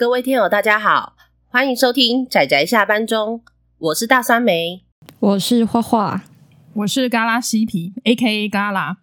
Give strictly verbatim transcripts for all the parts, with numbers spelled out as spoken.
各位听友大家好，欢迎收听宅宅下班中，我是大酸梅， 我是花花， 我是嘎拉西皮 A K A 嘎拉。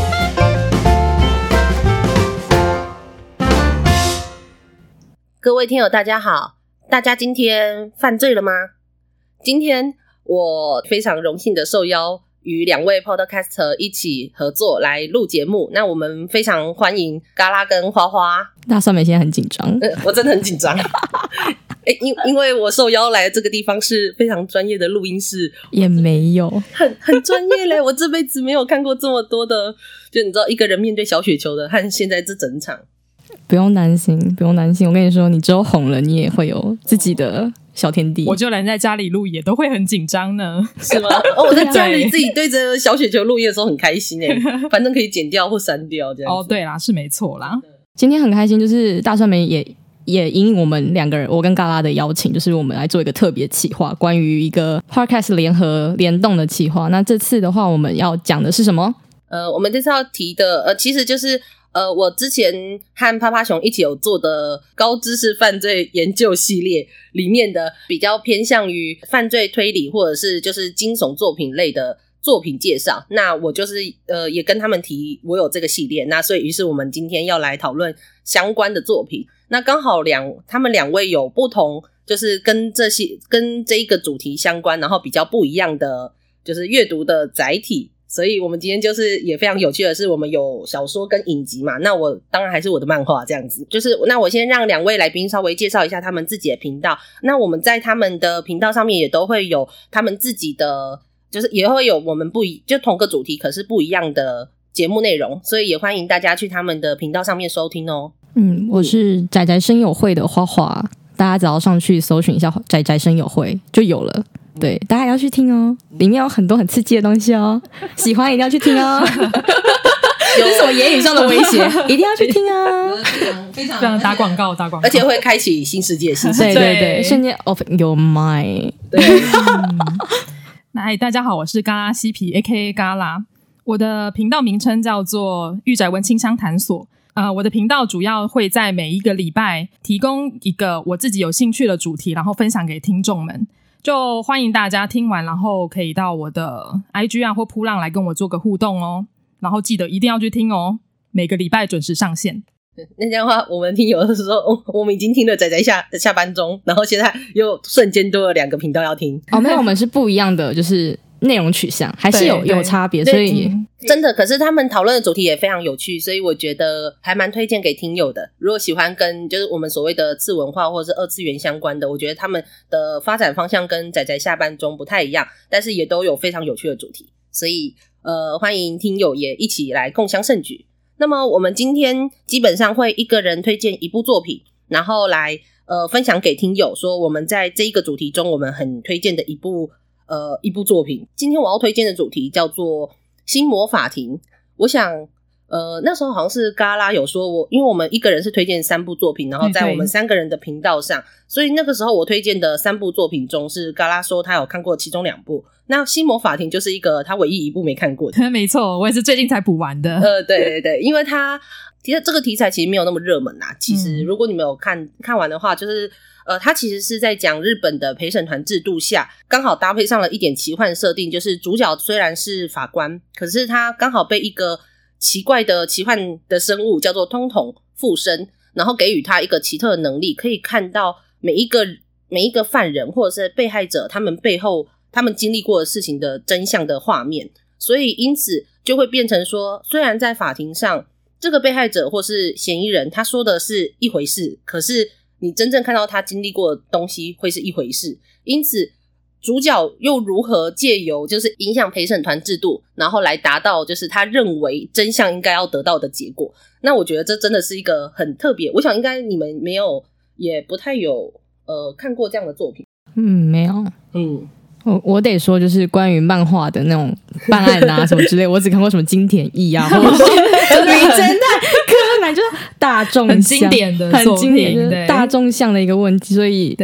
各位听友大家好，大家今天犯罪了吗？今天我非常荣幸的受邀与两位 podcaster 一起合作来录节目，那我们非常欢迎嘎拉跟花花。 大酸梅现在很紧张、 呃、我真的很紧张欸、因, 因为我受邀来的这个地方是非常专业的录音室， 也没有很很专业嘞，我这辈子没有看过这么多的，就你知道一个人面对小雪球的和现在这整场。 不用担心不用担心，我跟你说，你之后红了你也会有自己的小天地。 我就连在家里录也都会很紧张呢。 是吗？哦，我在家里自己对着小雪球录音的时候很开心耶反正可以剪掉或删掉这样子。 哦，对啦，是没错啦。 今天很开心，就是大酸梅也也因应我们两个人，我跟嘎拉的邀请，就是我们来做一个特别企划，关于一个 podcast 联合联动的企划。那这次的话我们要讲的是什么？ 呃，我们这次要提的呃，其实就是呃，我之前和趴趴熊一起有做的高知识犯罪研究系列里面的比较偏向于犯罪推理或者是就是惊悚作品类的作品介绍。那我就是呃也跟他们提我有这个系列，那所以于是我们今天要来讨论相关的作品。那刚好两他们两位有不同，就是跟这些跟这一个主题相关，然后比较不一样的就是阅读的载体。所以我们今天就是也非常有趣的是，我们有小说跟影集嘛，那我当然还是我的漫画这样子。就是那我先让两位来宾稍微介绍一下他们自己的频道，那我们在他们的频道上面也都会有他们自己的，就是也会有我们不一就同个主题可是不一样的节目内容，所以也欢迎大家去他们的频道上面收听哦。 嗯，我是宅宅声友会的花花，大家只要上去搜寻一下宅宅声友会就有了。对，大家也要去听哦，里面有很多很刺激的东西哦，喜欢一定要去听哦这是什么言语上的威胁一定要去听啊非常非常打广告打广告， 而且会开启新世界新世界， 对对对，瞬间 of your mind 对、 嗯、那大家好，我是嘎拉西皮 A K A 嘎拉，我的频道名称叫做御宅文清香谈所。呃，我的频道主要会在每一个礼拜提供一个我自己有兴趣的主题，然后分享给听众们，就欢迎大家听完然后可以到我的 I G 啊或噗浪来跟我做个互动哦，然后记得一定要去听哦，每个礼拜准时上线。 那这样的话我们听友的时候、哦、我们已经听了宅宅下下班中，然后现在又瞬间多了两个频道要听哦，没有，我们是不一样的就是内容取向还是有有差别，所以真的，可是他们讨论的主题也非常有趣，所以我觉得还蛮推荐给听友的。如果喜欢跟就是我们所谓的次文化或者是二次元相关的，我觉得他们的发展方向跟宅宅下班中不太一样，但是也都有非常有趣的主题，所以呃，欢迎听友也一起来共襄盛举。那么我们今天基本上会一个人推荐一部作品，然后来呃分享给听友，说我们在这一个主题中我们很推荐的一部呃一部作品。今天我要推荐的主题叫做心魔法庭。我想呃那时候好像是嘎拉有说我因为我们一个人是推荐三部作品，然后在我们三个人的频道上，所以那个时候我推荐的三部作品中是嘎拉说他有看过其中两部，那心魔法庭就是一个他唯一一部没看过的没错，我也是最近才补完的。 呃对对对，因为他其实这个题材其实没有那么热门啊，其实如果你们有看看完的话，就是呃，它其实是在讲日本的陪审团制度下，刚好搭配上了一点奇幻设定，就是主角虽然是法官，可是他刚好被一个奇怪的奇幻的生物叫做通统附身，然后给予他一个奇特的能力，可以看到每一个每一个犯人或者是被害者他们背后他们经历过的事情的真相的画面，所以因此就会变成说，虽然在法庭上这个被害者或是嫌疑人他说的是一回事，可是你真正看到他经历过的东西会是一回事，因此主角又如何借由就是影响陪审团制度，然后来达到就是他认为真相应该要得到的结果。那我觉得这真的是一个很特别，我想应该你们没有也不太有呃看过这样的作品。 嗯，没有。 嗯， 我我得说就是关于漫画的那种办案啊什么之类我只看过什么金田一啊或者是名侦探柯南，就是大众很经典的很经典的大众向的一个问题，所以对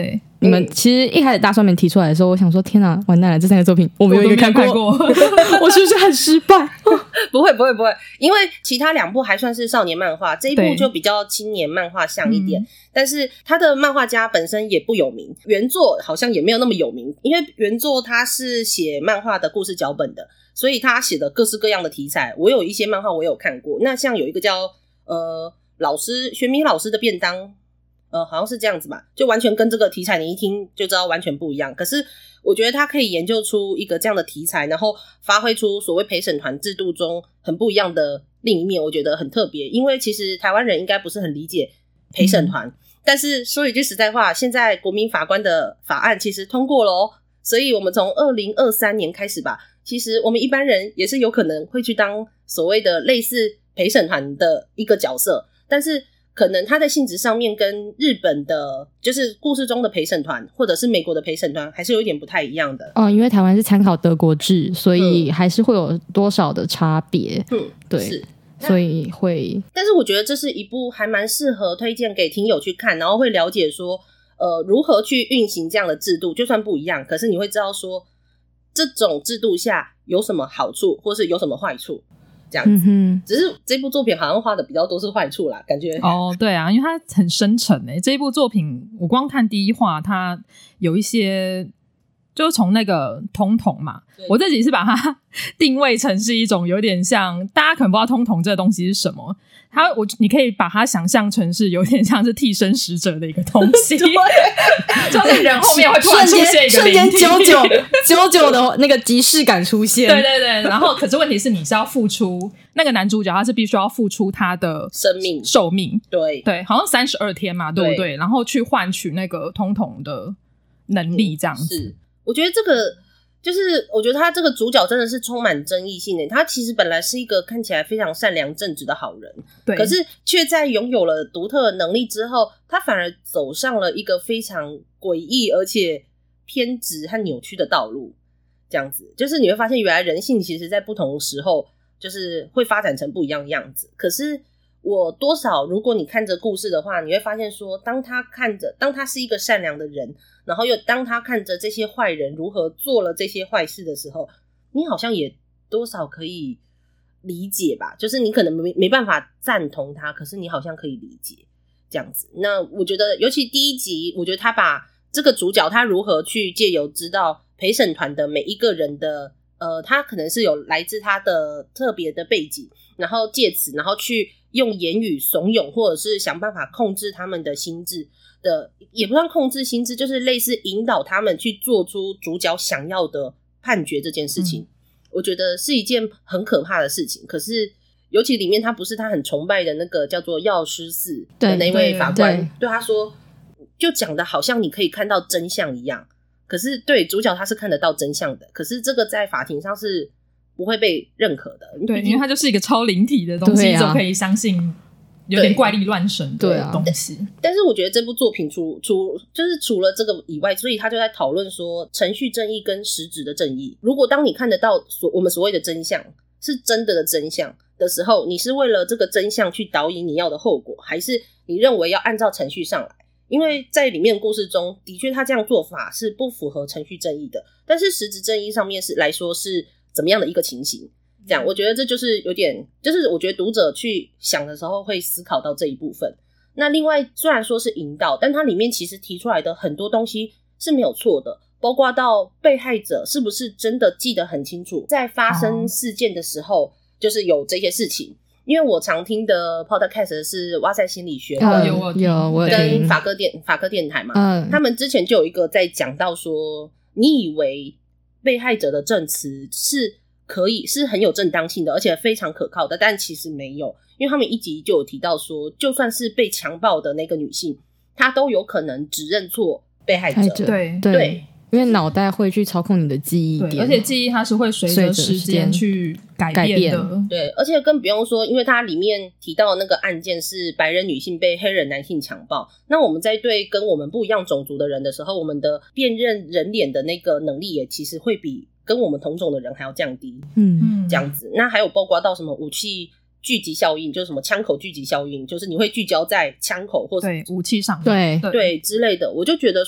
你们其实一开始大酸梅提出来的时候，我想说天哪，完蛋了，这三个作品我没有一个看过， 我, 看过我是不是很失败？ 不会不会不会，因为其他两部还算是少年漫画，这一部就比较青年漫画像一点、嗯、但是他的漫画家本身也不有名，原作好像也没有那么有名，因为原作他是写漫画的故事脚本的，所以他写的各式各样的题材，我有一些漫画我有看过，那像有一个叫呃老师玄米老师的便当，呃好像是这样子吧，就完全跟这个题材你一听就知道完全不一样，可是我觉得他可以研究出一个这样的题材，然后发挥出所谓陪审团制度中很不一样的另一面，我觉得很特别，因为其实台湾人应该不是很理解陪审团、嗯、但是说一句实在话，现在国民法官的法案其实通过了哦，所以我们从二零二三年开始吧，其实我们一般人也是有可能会去当所谓的类似陪审团的一个角色，但是可能它的性质上面跟日本的就是故事中的陪审团或者是美国的陪审团还是有一点不太一样的哦，因为台湾是参考德国制，所以还是会有多少的差别。嗯，对，是，所以会， 但是我觉得这是一部还蛮适合推荐给听友去看，然后会了解说呃如何去运行这样的制度，就算不一样，可是你会知道说这种制度下有什么好处或是有什么坏处这样子、嗯、只是这部作品好像画的比较多是坏处啦，感觉哦，对啊，因为它很深沉诶、欸。这一部作品我光看第一话，它有一些就是从那个通统嘛，我自己是把它定位成是一种有点像，大家可能不知道通统这个东西是什么，它我你可以把它想象成是有点像是替身使者的一个东西，就是人后面会突然出现一个灵体， 瞬间九九九九的那个即视感出现， 对对对，然后可是问题是你是要付出，那个男主角他是必须要付出他的生命寿命， 对对，好像三十二天嘛，对不 对, 对？然后去换取那个通统的能力这样子。 嗯、是，我觉得这个。就是我觉得他这个主角真的是充满争议性的，他其实本来是一个看起来非常善良正直的好人，对，可是却在拥有了独特的能力之后，他反而走上了一个非常诡异而且偏执和扭曲的道路，这样子就是你会发现原来人性其实在不同时候就是会发展成不一样的样子，可是我多少如果你看着故事的话，你会发现说当他看着当他是一个善良的人，然后又当他看着这些坏人如何做了这些坏事的时候，你好像也多少可以理解吧，就是你可能没没办法赞同他，可是你好像可以理解这样子。那我觉得尤其第一集，我觉得他把这个主角他如何去借由知道陪审团的每一个人的呃，他可能是有来自他的特别的背景，然后借此然后去用言语怂恿或者是想办法控制他们的心智的，也不算控制心智，就是类似引导他们去做出主角想要的判决这件事情、嗯、我觉得是一件很可怕的事情。可是尤其里面他不是他很崇拜的那个叫做药师寺的那位法官 对, 对他说就讲的好像你可以看到真相一样，可是对主角他是看得到真相的，可是这个在法庭上是不会被认可的， 对，因为它就是一个超灵体的东西、啊、就可以相信有点怪力乱神的东西。 但, 但是我觉得这部作品除除就是除了这个以外，所以他就在讨论说程序正义跟实质的正义。如果当你看得到所我们所谓的真相是真的的真相的时候，你是为了这个真相去导引你要的后果，还是你认为要按照程序上来？因为在里面的故事中的确他这样做法是不符合程序正义的，但是实质正义上面是来说是怎么样的一个情形，这样我觉得这就是有点就是我觉得读者去想的时候会思考到这一部分。那另外虽然说是引导，但它里面其实提出来的很多东西是没有错的，包括到被害者是不是真的记得很清楚在发生事件的时候就是有这些事情。因为我常听的 podcast 是哇塞心理学跟、 嗯、有有我跟法科电法科电台嘛、嗯、他们之前就有一个在讲到说，你以为被害者的证词是可以是很有正当性的而且非常可靠的，但其实没有，因为他们一集就有提到说就算是被强暴的那个女性她都有可能只认错被害者， 对对, 对因为脑袋会去操控你的记忆点， 而且记忆它是会随着时间去改变的， 对，而且更不用说因为它里面提到的那个案件是白人女性被黑人男性强暴，那我们在对跟我们不一样种族的人的时候，我们的辨认人脸的那个能力也其实会比跟我们同种的人还要降低，嗯，这样子。那还有包括到什么武器聚集效应，就是什么枪口聚集效应，就是你会聚焦在枪口或是对武器上， 对对, 对之类的。我就觉得说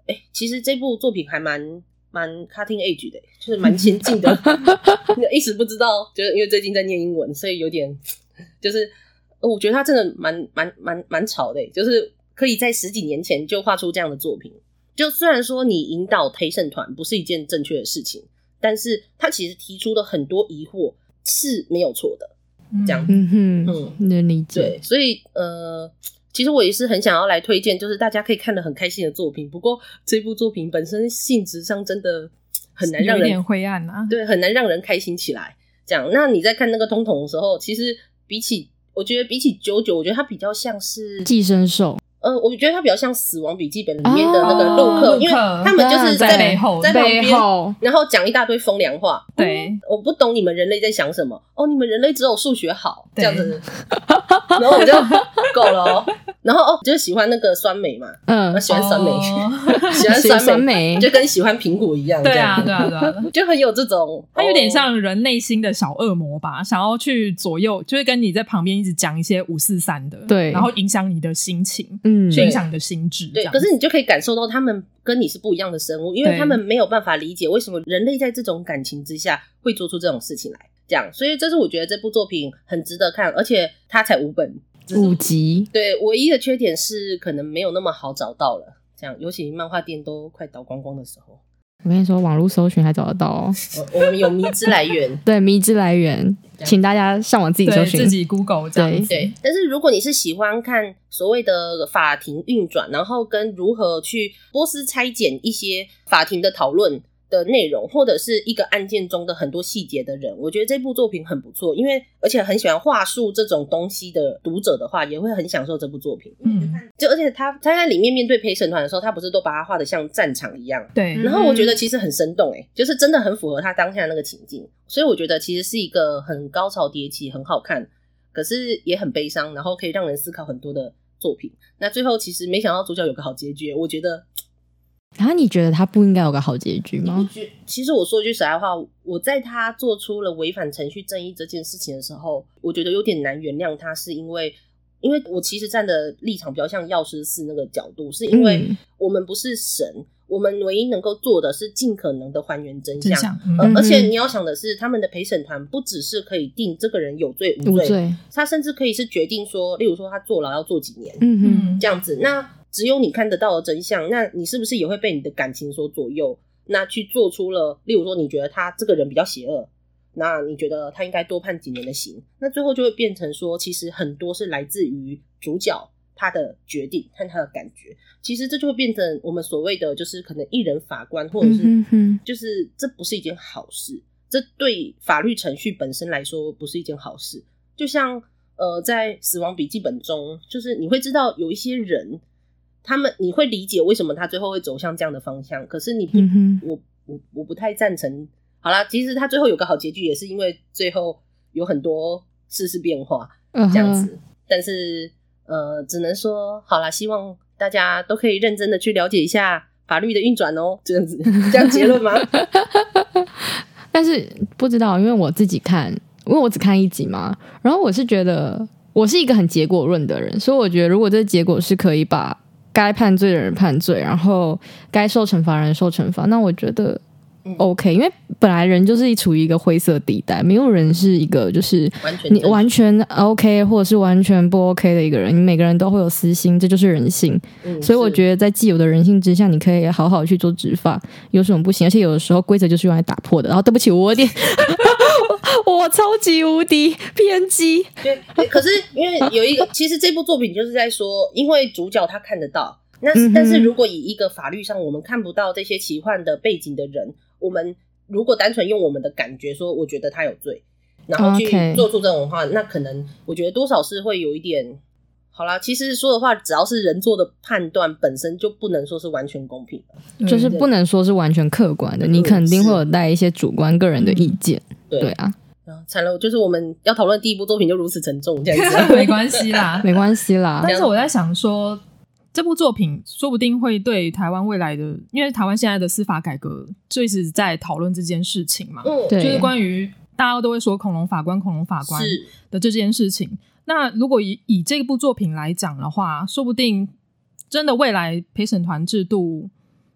哎、欸，其实这部作品还蛮蛮 cutting edge 的，就是蛮先进的。一时不知道，就是因为最近在念英文，所以有点就是我觉得他真的蛮蛮蛮蛮潮的，就是可以在十几年前就画出这样的作品。就虽然说你引导陪审团不是一件正确的事情，但是他其实提出的很多疑惑是没有错的。这样， 嗯哼，嗯，能理解。 对，所以呃，其实我也是很想要来推荐，就是大家可以看得很开心的作品。不过这部作品本身性质上真的很难让人， 有点灰暗啊， 对，很难让人开心起来。这样，那你在看那个通统的时候，其实比起，我觉得比起九九，我觉得它比较像是寄生兽。 呃，我觉得它比较像《死亡笔记本》里面的那个陆克， 哦、 因为他们就是在背后， 在旁边， 后然后讲一大堆风凉话。 对、 嗯，我不懂你们人类在想什么。哦，你们人类只有数学好，这样子，然后我就够了哦。然后哦，就是喜欢那个酸梅嘛，嗯，喜欢酸梅，哦、喜欢酸梅， 酸梅就跟喜欢苹果一样。 对啊，对啊，对啊， 就很有这种， 它有点像人内心的小恶魔吧，想要去左右，就是跟你在旁边一直讲一些五四三的， 对， 然后影响你的心情， 嗯， 去影响你的心智。 对，可是你就可以感受到他们跟你是不一样的生物，因为他们没有办法理解为什么人类在这种感情之下会做出这种事情来。这样，所以这是我觉得这部作品很值得看，而且它才五本五集。 对，唯一的缺点是可能没有那么好找到了，这样，尤其漫画店都快倒光光的时候。 我跟你说，网络搜寻还找得到哦。 我们有迷之来源， 对，迷之来源，请大家上网自己搜寻， 自己 Google 这样子。 对，但是如果你是喜欢看所谓的法庭运转，然后跟如何去波斯拆解一些法庭的讨论的内容，或者是一个案件中的很多细节的人，我觉得这部作品很不错，因为而且很喜欢话术这种东西的读者的话，也会很享受这部作品。嗯，就而且他他在里面面对陪审团的时候，他不是都把它画得像战场一样， 对。 然后我觉得其实很生动，欸，就是真的很符合他当下那个情境，所以我觉得其实是一个很高潮迭起、很好看，可是也很悲伤，然后可以让人思考很多的作品。那最后其实没想到主角有个好结局，我觉得。 啊，你觉得他不应该有个好结局吗？ 其实我说句实在话，我在他做出了违反程序正义这件事情的时候，我觉得有点难原谅他，是因为因为我其实站的立场比较像药师寺那个角度，是因为我们不是神，嗯，我们唯一能够做的是尽可能的还原真相，真相嗯，呃、而且你要想的是，他们的陪审团不只是可以定这个人有罪无罪，无罪他甚至可以是决定说，例如说他坐牢要坐几年，嗯哼，这样子。那只有你看得到的真相，那你是不是也会被你的感情所左右，那去做出了例如说你觉得他这个人比较邪恶，那你觉得他应该多判几年的刑，那最后就会变成说其实很多是来自于主角他的决定和他的感觉，其实这就会变成我们所谓的就是可能一人法官，或者是就是这不是一件好事，这对法律程序本身来说不是一件好事。就像呃在死亡笔记本中，就是你会知道有一些人他们你会理解为什么他最后会走向这样的方向，可是你不、嗯、我我我不太赞成。好啦，其实他最后有个好结局也是因为最后有很多世事变化这样子、uh-huh. 但是呃只能说好啦，希望大家都可以认真的去了解一下法律的运转哦，这样子这样结论吗？ 但是不知道，因为我自己看，因为我只看一集嘛，然后我是觉得我是一个很结果论的人，所以我觉得如果这结果是可以把该判罪的人判罪，然后该受惩罚的人受惩罚，那我觉得 OK、嗯、因为本来人就是处于一个灰色地带，没有人是一个就是你完全 OK 或者是完全不 OK 的一个人，你每个人都会有私心，这就是人性、嗯、所以我觉得在既有的人性之下，你可以好好去做执法，有什么不行？而且有的时候规则就是用来打破的。然后对不起，我有点我超级无敌偏激。 对，可是因为有一个其实这部作品就是在说，因为主角他看得到，那、嗯、但是如果以一个法律上我们看不到这些奇幻的背景的人，我们如果单纯用我们的感觉说我觉得他有罪，然后去做出这种话、okay. 那可能我觉得多少是会有一点，好啦，其实说的话只要是人做的判断本身就不能说是完全公平的， 就是不能说是完全客观的、嗯、你肯定会有带一些主观个人的意见、嗯、对, 对啊， 惨了，就是我们要讨论第一部作品就如此沉重这样子没关系啦没关系啦。 但是我在想说这部作品说不定会对台湾未来的，因为台湾现在的司法改革就一直在讨论这件事情嘛、嗯、就是关于大家都会说恐龙法官恐龙法官的这件事情，那如果 以, 以这部作品来讲的话，说不定真的未来陪审团制度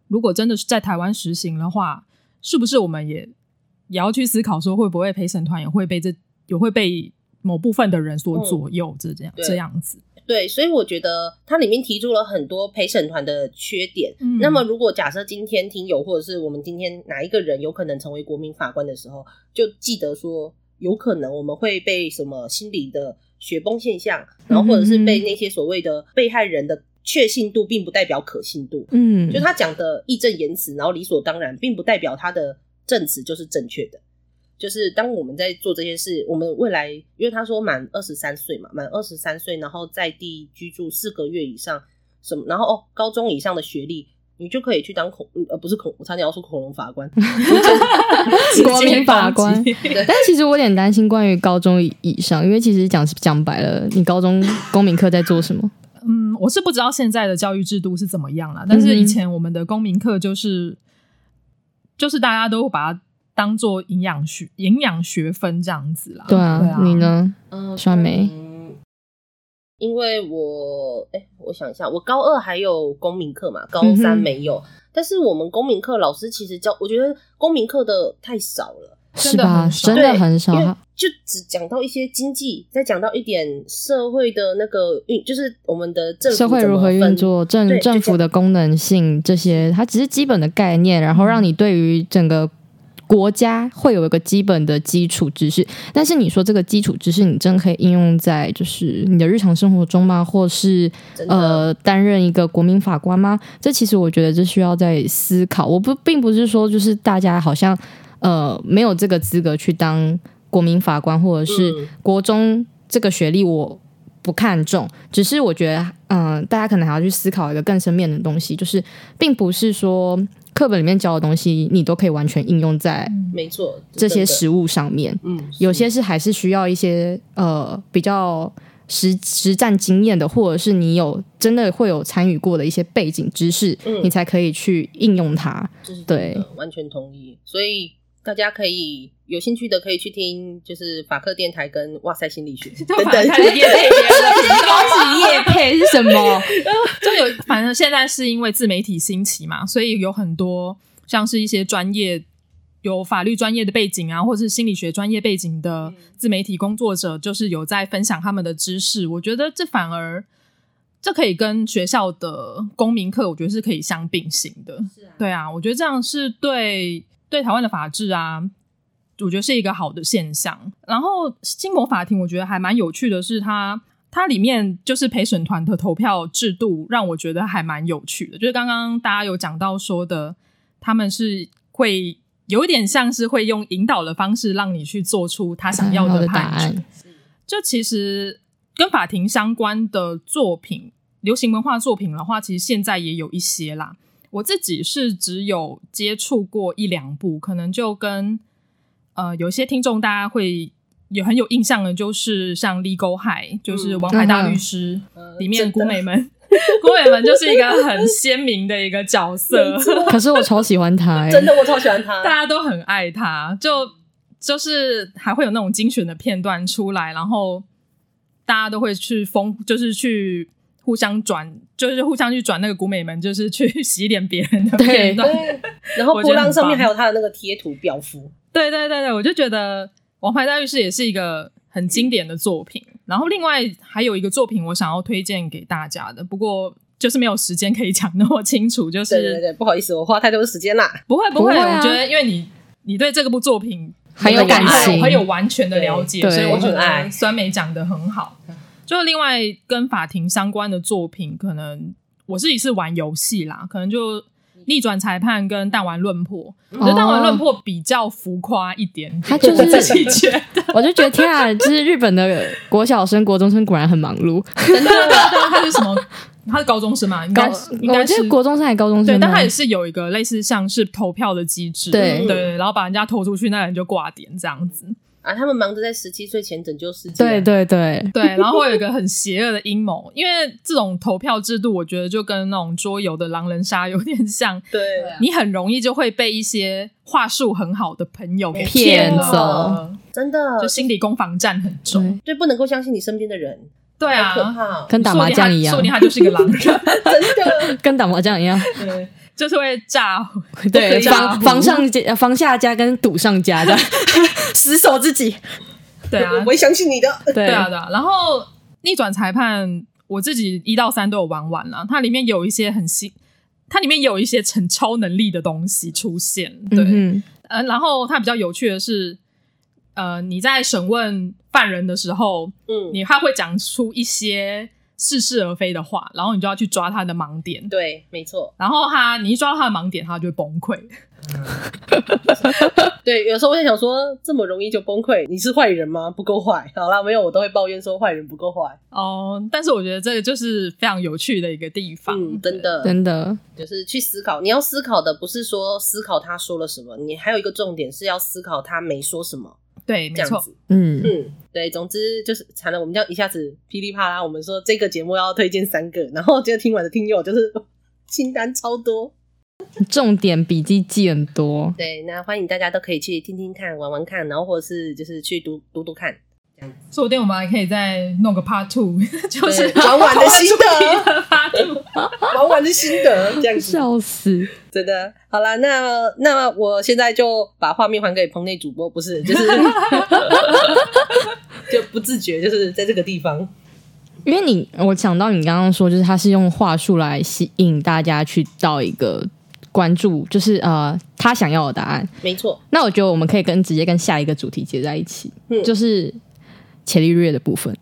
如果真的是在台湾实行的话，是不是我们也也要去思考说，会不会陪审团也会被这也会被某部分的人所左右，这样、嗯、这样子。 对，所以我觉得它里面提出了很多陪审团的缺点、嗯、那么如果假设今天听友或者是我们今天哪一个人有可能成为国民法官的时候，就记得说有可能我们会被什么心理的雪崩现象，然后或者是被那些所谓的被害人的确信度并不代表可信度，嗯，就他讲的义正言辞然后理所当然并不代表他的证词就是正确的。就是当我们在做这些事，我们未来因为他说满二十三岁嘛，满二十三岁然后在地居住四个月以上什么，然后哦高中以上的学历，你就可以去当恐呃不是恐我差点要说恐龙法官国民法官但其实我有点担心关于高中以上，因为其实讲讲白了，你高中公民课在做什么？ 嗯，我是不知道现在的教育制度是怎么样啦，但是以前我们的公民课就是、嗯、就是大家都把它当做营养学营养学分这样子啦。 对啊，对啊，你呢？嗯，酸梅。 因为我哎，我想一下，我高二还有公民课嘛，高三没有、嗯、但是我们公民课老师其实教，我觉得公民课的太少了， 是吧？真的很少， 因为就只讲到一些经济，再讲到一点社会的那个运，就是我们的政府社会如何运作，政政府的功能性这些，它只是基本的概念，然后让你对于整个国家会有一个基本的基础知识，但是你说这个基础知识你真的可以应用在就是你的日常生活中吗？或是呃担任一个国民法官吗？这其实我觉得这需要在思考。我不并不是说就是大家好像呃没有这个资格去当国民法官，或者是国中这个学历我不看重，只是我觉得嗯、呃，大家可能还要去思考一个更深面的东西，就是并不是说课本里面教的东西你都可以完全应用在没错这些实务上面，嗯，有些是还是需要一些呃比较实实战经验的，或者是你有真的会有参与过的一些背景知识、嗯、你才可以去应用它。对， 完全同意。所以大家可以有兴趣的可以去听就是法客电台跟哇塞心理学等等。 法客业配别人的频道是业配是什么就有反正现在是因为自媒体兴起嘛，所以有很多像是一些专业有法律专业的背景啊，或是心理学专业背景的自媒体工作者，就是有在分享他们的知识。我觉得这反而这可以跟学校的公民课我觉得是可以相并行的。是啊，对啊，我觉得这样是对对台湾的法治啊我觉得是一个好的现象。然后新模法庭我觉得还蛮有趣的是它它里面就是陪审团的投票制度让我觉得还蛮有趣的，就是刚刚大家有讲到说的他们是会有点像是会用引导的方式让你去做出他想要的判决。就其实跟法庭相关的作品流行文化作品的话其实现在也有一些啦，我自己是只有接触过一两部，可能就跟呃有些听众大家会有很有印象的就是像 Legal High 就是王牌大律师、嗯、里面古美门古美门就是一个很鲜明的一个角色可是我超喜欢他、欸、 真的我超喜欢他， 大家都很爱他，就就是还会有那种精选的片段出来，然后大家都会去疯，就是去互相转，就是互相去转那个古美门，就是去洗脸别人的片段。 对，然后波浪上面还有他的那个贴图表符。 对对对对，我就觉得《王牌大律师》也是一个很经典的作品。然后另外还有一个作品我想要推荐给大家的，不过就是没有时间可以讲那么清楚，就是对对对，不好意思，我花太多时间啦。 不会不会， 不会啊、 我觉得因为你你对这个部作品很有感情， 很有完全的了解，所以我觉得酸梅讲得很好。就另外跟法庭相关的作品，可能我自己是玩游戏啦，可能就逆转裁判跟弹丸论破。我觉得弹丸论破比较浮夸一点点， 他就是自己觉得， 我就觉得天啊，就是日本的国小生、国中生果然很忙碌。 真的，他是什么？他是高中生嘛？应该是，应该是国中生还是高中生？ 对，但他也是有一个类似像是投票的机制， 对对，然后把人家投出去，那人就挂点这样子。 啊，他们忙着在十七岁前拯救世界。 对对对对，然后会有一个很邪恶的阴谋，因为这种投票制度，我觉得就跟那种桌游的狼人杀有点像。 对， 你很容易就会被一些话术很好的朋友给骗走， 真的， 就心理攻防战很重， 对，不能够相信你身边的人。 对啊， 可怕， 跟打麻将一样， 说不定他就是一个狼人， 真的跟打麻将一样。 对， 就是会炸， 对，防防上加防下家跟赌上家这样死守自己。 对啊， 我会相信你的。 对对啊，对啊。然后逆转裁判，我自己一到三都有玩完了，它里面有一些很新，它里面有一些很超能力的东西出现。对， 嗯呃，然后它比较有趣的是，呃，你在审问犯人的时候，嗯，你他会讲出一些似是而非的话，然后你就要去抓他的盲点。 对，没错。 然后他，你一抓到他的盲点，他就会崩溃。 对，有时候我在想说，这么容易就崩溃，你是坏人吗？不够坏。好啦，没有，我都会抱怨说坏人不够坏。 哦，但是我觉得这个就是非常有趣的一个地方。 嗯，真的， 真的就是去思考。你要思考的不是说思考他说了什么，你还有一个重点是要思考他没说什么。 对，没错。 嗯嗯，对，总之就是惨了，我们这样一下子噼里啪啦，我们说这个节目要推荐三个，然后结果听完的听友就是清单超多。 重点笔记记很多， 对，那欢迎大家都可以去听听看、玩玩看，然后或者是就是去读读读看，这样子。 说不定我们还可以再弄个 Part Two， 就是玩玩的心得 ，Part Two， 玩玩的心得，这样子。 笑死， 真的。好啦，那那我现在就把画面还给棚内主播，不是，就是就不自觉，就是在这个地方。 因为你，我想到你刚刚说，就是他是用话术来吸引大家去到一个。关注就是呃他想要的答案， 没错。 那我觉得我们可以跟直接跟下一个主题接在一起，嗯、就是伽利略的部分。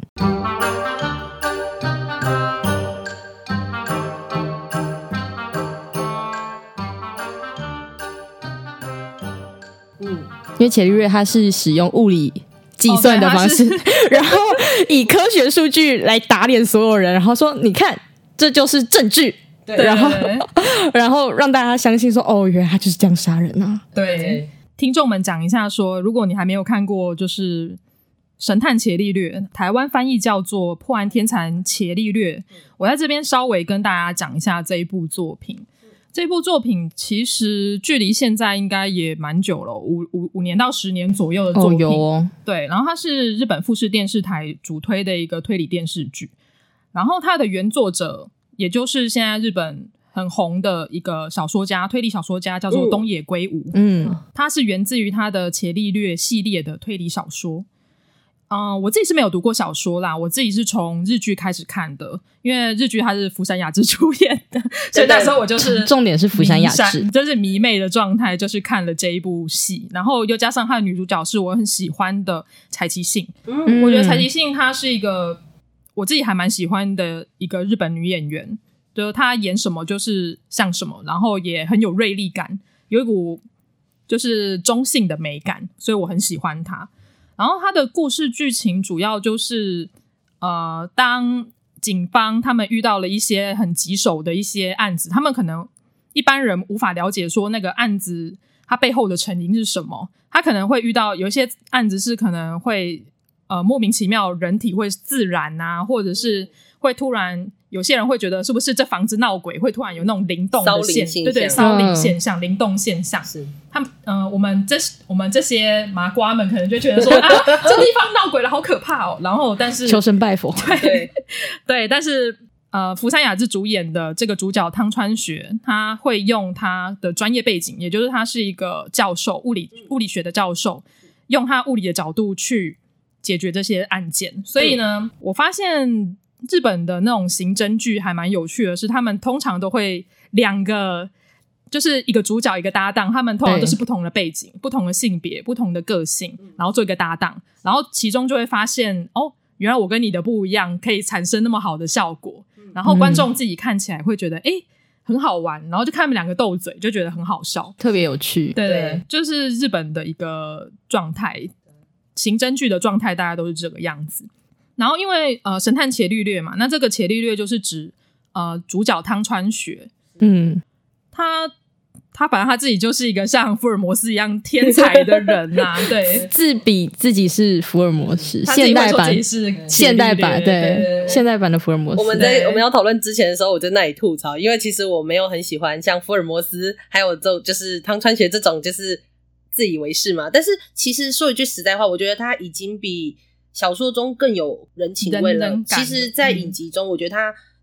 嗯，因为伽利略他是使用物理计算的方式，哦、然后以科学数据来打脸所有人，然后说你看这就是证据。 对， 然后然后让大家相信说，哦，原来他就是这样杀人啊！ 对，听众们讲一下说，如果你还没有看过，就是《神探伽利略》，台湾翻译叫做《破案天才伽利略》，我在这边稍微跟大家讲一下这一部作品。这部作品其实距离现在应该也蛮久了，五五五年到十年左右的作品。 哦，有哦。 对，然后它是日本富士电视台主推的一个推理电视剧，然后它的原作者。也就是现在日本很红的一个小说家，推理小说家叫做东野圭吾。嗯，他是源自于他的伽利略系列的推理小说。嗯、呃，我自己是没有读过小说啦，我自己是从日剧开始看的，因为日剧它是福山雅治主演的，所以那时候我就是重点是福山雅治， 就是迷妹的状态，就是看了这一部戏，然后又加上他的女主角是我很喜欢的柴崎幸。嗯，我觉得柴崎幸她是一个。我自己还蛮喜欢的一个日本女演员，就是她演什么就是像什么，然后也很有锐利感，有一股就是中性的美感，所以我很喜欢她。然后她的故事剧情主要就是呃，当警方他们遇到了一些很棘手的一些案子，他们可能一般人无法了解说那个案子它背后的成因是什么，他可能会遇到有一些案子是可能会呃，莫名其妙人体会自燃啊，或者是会突然有些人会觉得是不是这房子闹鬼，会突然有那种灵动的现对对骚灵现象、嗯、灵动现象。是他们呃，我们这我们这些麻瓜们可能就觉得说啊，这地方闹鬼了，好可怕哦。然后但是求神拜佛， 对 对, 对，但是呃，福山雅治主演的这个主角汤川学，他会用他的专业背景，也就是他是一个教授，物理物理学的教授，用他物理的角度去。解决这些案件，所以呢、嗯、我发现日本的那种刑侦剧还蛮有趣的是，他们通常都会两个就是一个主角一个搭档，他们通常都是不同的背景、不同的性别、不同的个性，然后做一个搭档，然后其中就会发现哦，原来我跟你的不一样，可以产生那么好的效果，然后观众自己看起来会觉得诶、嗯很好玩，然后就看他们两个斗嘴就觉得很好笑， 特别有趣。 对, 对，就是日本的一个状态，刑侦剧的状态大概都是这个样子。然后因为呃神探伽利略嘛，那这个伽利略就是指呃主角汤川学，嗯，他他反正他自己就是一个像福尔摩斯一样天才的人啊，对， 自比自己是福尔摩斯， 现代版是现代版，对, 对, 对，现代版的福尔摩斯。 我们在我们要讨论之前的时候，我在那里吐槽，因为其实我没有很喜欢像福尔摩斯，还有这就是汤川学这种就是自以为是嘛。但是其实说一句实在话，我觉得他已经比小说中更有人情味了。其实，在影集中，我觉得他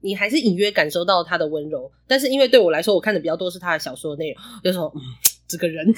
你还是隐约感受到他的温柔，但是因为对我来说，我看的比较多是他的小说的内容，就说嗯，这个人。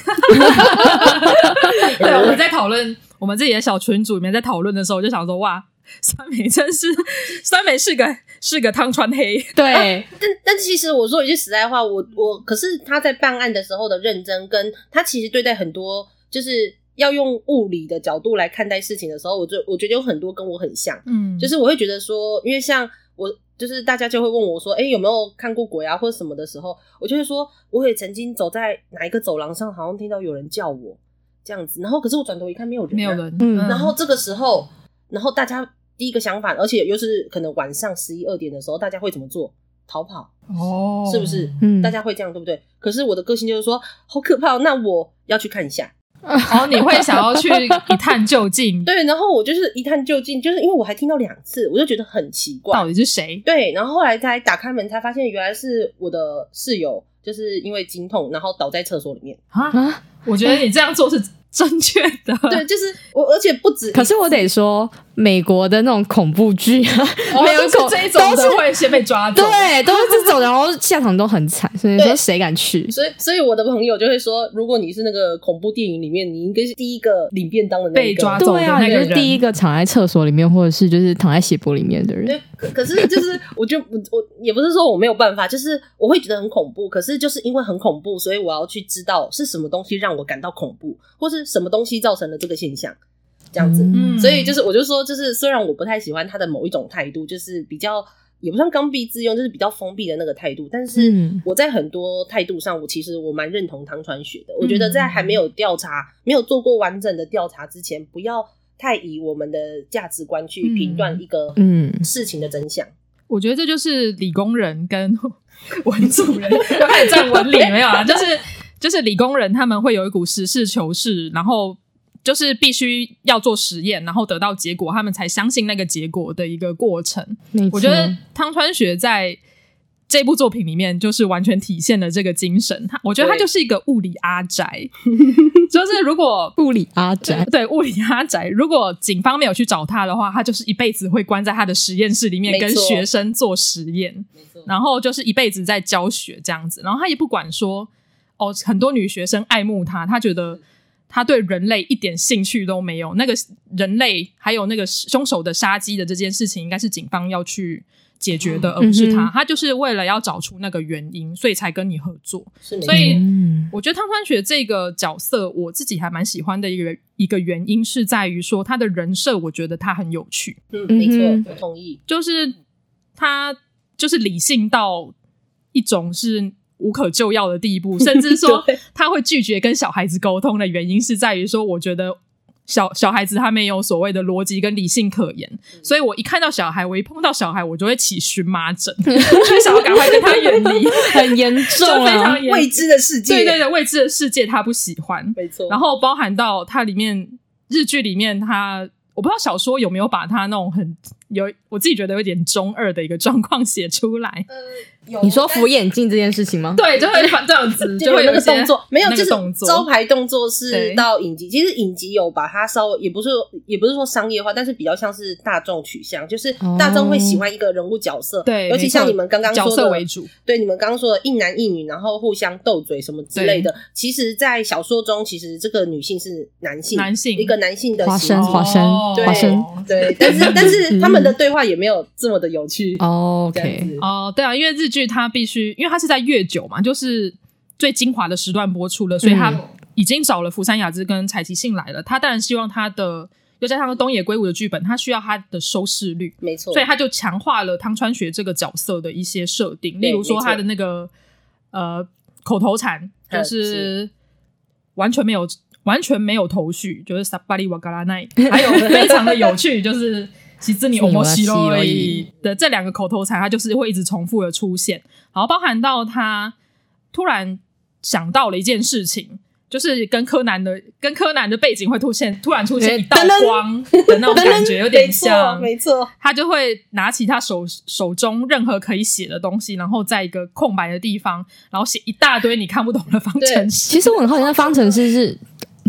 对，我们在讨论我们自己的小群组里面在讨论的时候，我就想说，哇，酸梅真是酸梅是个是个汤川黑。 对， 啊、但但其实我说一句实在话，我我可是他在办案的时候的认真，跟他其实对待很多就是要用物理的角度来看待事情的时候，我就我觉得有很多跟我很像，嗯，就是我会觉得说，因为像我就是大家就会问我说，诶有没有看过鬼啊或者什么的时候，我就会说，我也曾经走在哪一个走廊上，好像听到有人叫我这样子，然后可是我转头一看没有人、啊， 没有人， 嗯，然后这个时候，然后大家第一个想法，而且又是可能晚上十一二点的时候，大家会怎么做？逃跑哦，是不是？嗯，大家会这样对不对？可是我的个性就是说，好可怕，那我要去看一下。 哦，你会想要去一探究竟？ 对，然后我就是一探究竟，就是因为我还听到两次，我就觉得很奇怪， 到底是谁？ 对，然后后来才打开门，才发现原来是我的室友，就是因为经痛，然后倒在厕所里面啊！我觉得你这样做是正确的。 对，就是我，而且不止。 可是我得说，美国的那种恐怖剧啊， 哦、没有恐这一种的会先被抓走， 对，都是这种，然后下场都很惨，所以说谁敢去？ 所以，所以我的朋友就会说，如果你是那个恐怖电影里面，你应该是第一个领便当的那个被抓走的那个人， 对啊，就是第一个躺在厕所里面，或者是就是躺在血泊里面的人。 对，可可是就是我就我我也不是说我没有办法，就是我会觉得很恐怖，可是就是因为很恐怖，所以我要去知道是什么东西让我感到恐怖，或是什么东西造成了这个现象。这样子、嗯、所以就是我就说就是虽然我不太喜欢他的某一种态度，就是比较也不算刚愎自用，就是比较封闭的那个态度，但是我在很多态度上我其实我蛮认同汤川学的、嗯、我觉得在还没有调查没有做过完整的调查之前，不要太以我们的价值观去评断一个事情的真相、嗯、 我觉得这就是理工人跟文组人又开始站文理没有啊，就是就是理工人他们会有一股实事求是，然后就是必须要做实验，然后得到结果，他们才相信那个结果的一个过程。我觉得汤川学在这部作品里面就是完全体现了这个精神。他我觉得他就是一个物理阿宅，就是如果物理阿宅， 对物理阿宅，如果警方没有去找他的话，他就是一辈子会关在他的实验室里面跟学生做实验，然后就是一辈子在教学这样子。然后他也不管说哦，很多女学生爱慕他，他觉得他对人类一点兴趣都没有，那个人类还有那个凶手的杀机的这件事情应该是警方要去解决的、嗯、而不是他、嗯、他就是为了要找出那个原因所以才跟你合作。所以我觉得汤川学这个角色我自己还蛮喜欢的一个一个原因是在于说他的人设我觉得他很有趣。 嗯，没错，我同意。 就是他就是理性到一种是无可救药的地步，甚至说他会拒绝跟小孩子沟通的原因是在于说我觉得小小孩子他没有所谓的逻辑跟理性可言、嗯、所以我一看到小孩，我一碰到小孩我就会起荨麻疹就想要赶快跟他远离很严重啊， 就非常严未知的世界， 对对对，未知的世界他不喜欢， 没错。 然后包含到他里面日剧里面他我不知道小说有没有把他那种很有我自己觉得有点中二的一个状况写出来。 呃有你说扶眼镜这件事情吗？ 对，就会这样子就会有那个动作，没有，就是动作招牌动作是到影集，其实影集有把它稍微也不是也不是说商业化，但是比较像是大众取向，就是大众会喜欢一个人物角色、哦、 对， 尤其像你们刚刚说的角色为主， 对，你们刚刚说的一男一女然后互相斗嘴什么之类的，其实在小说中其实这个女性是男性男性一个男性的花生花生花生， 对，但是但是他们的对话也没有这么的有趣。 哦、OK 哦，对啊，因为日剧它必须因为它是在月九嘛，就是最精华的时段播出了，所以他已经找了福山雅治跟柴崎幸来了，他当然希望他的又加上东野圭吾的剧本，他需要他的收视率， 没错， 所以他就强化了汤川学这个角色的一些设定，例如说他的那个呃口头禅就是完全没有完全没有头绪，就是萨巴利瓦嘎拉奈，还有非常的有趣就是其实你欧摩西罗的这两个口头禅，它就是会一直重复的出现，然后包含到他突然想到了一件事情，就是跟柯南的跟柯南的背景会出现突然出现一道光的那种感觉，有点像， 没错， 他就会拿起他手手中任何可以写的东西，然后在一个空白的地方，然后写一大堆你看不懂的方程式。 其实我很好奇，那方程式是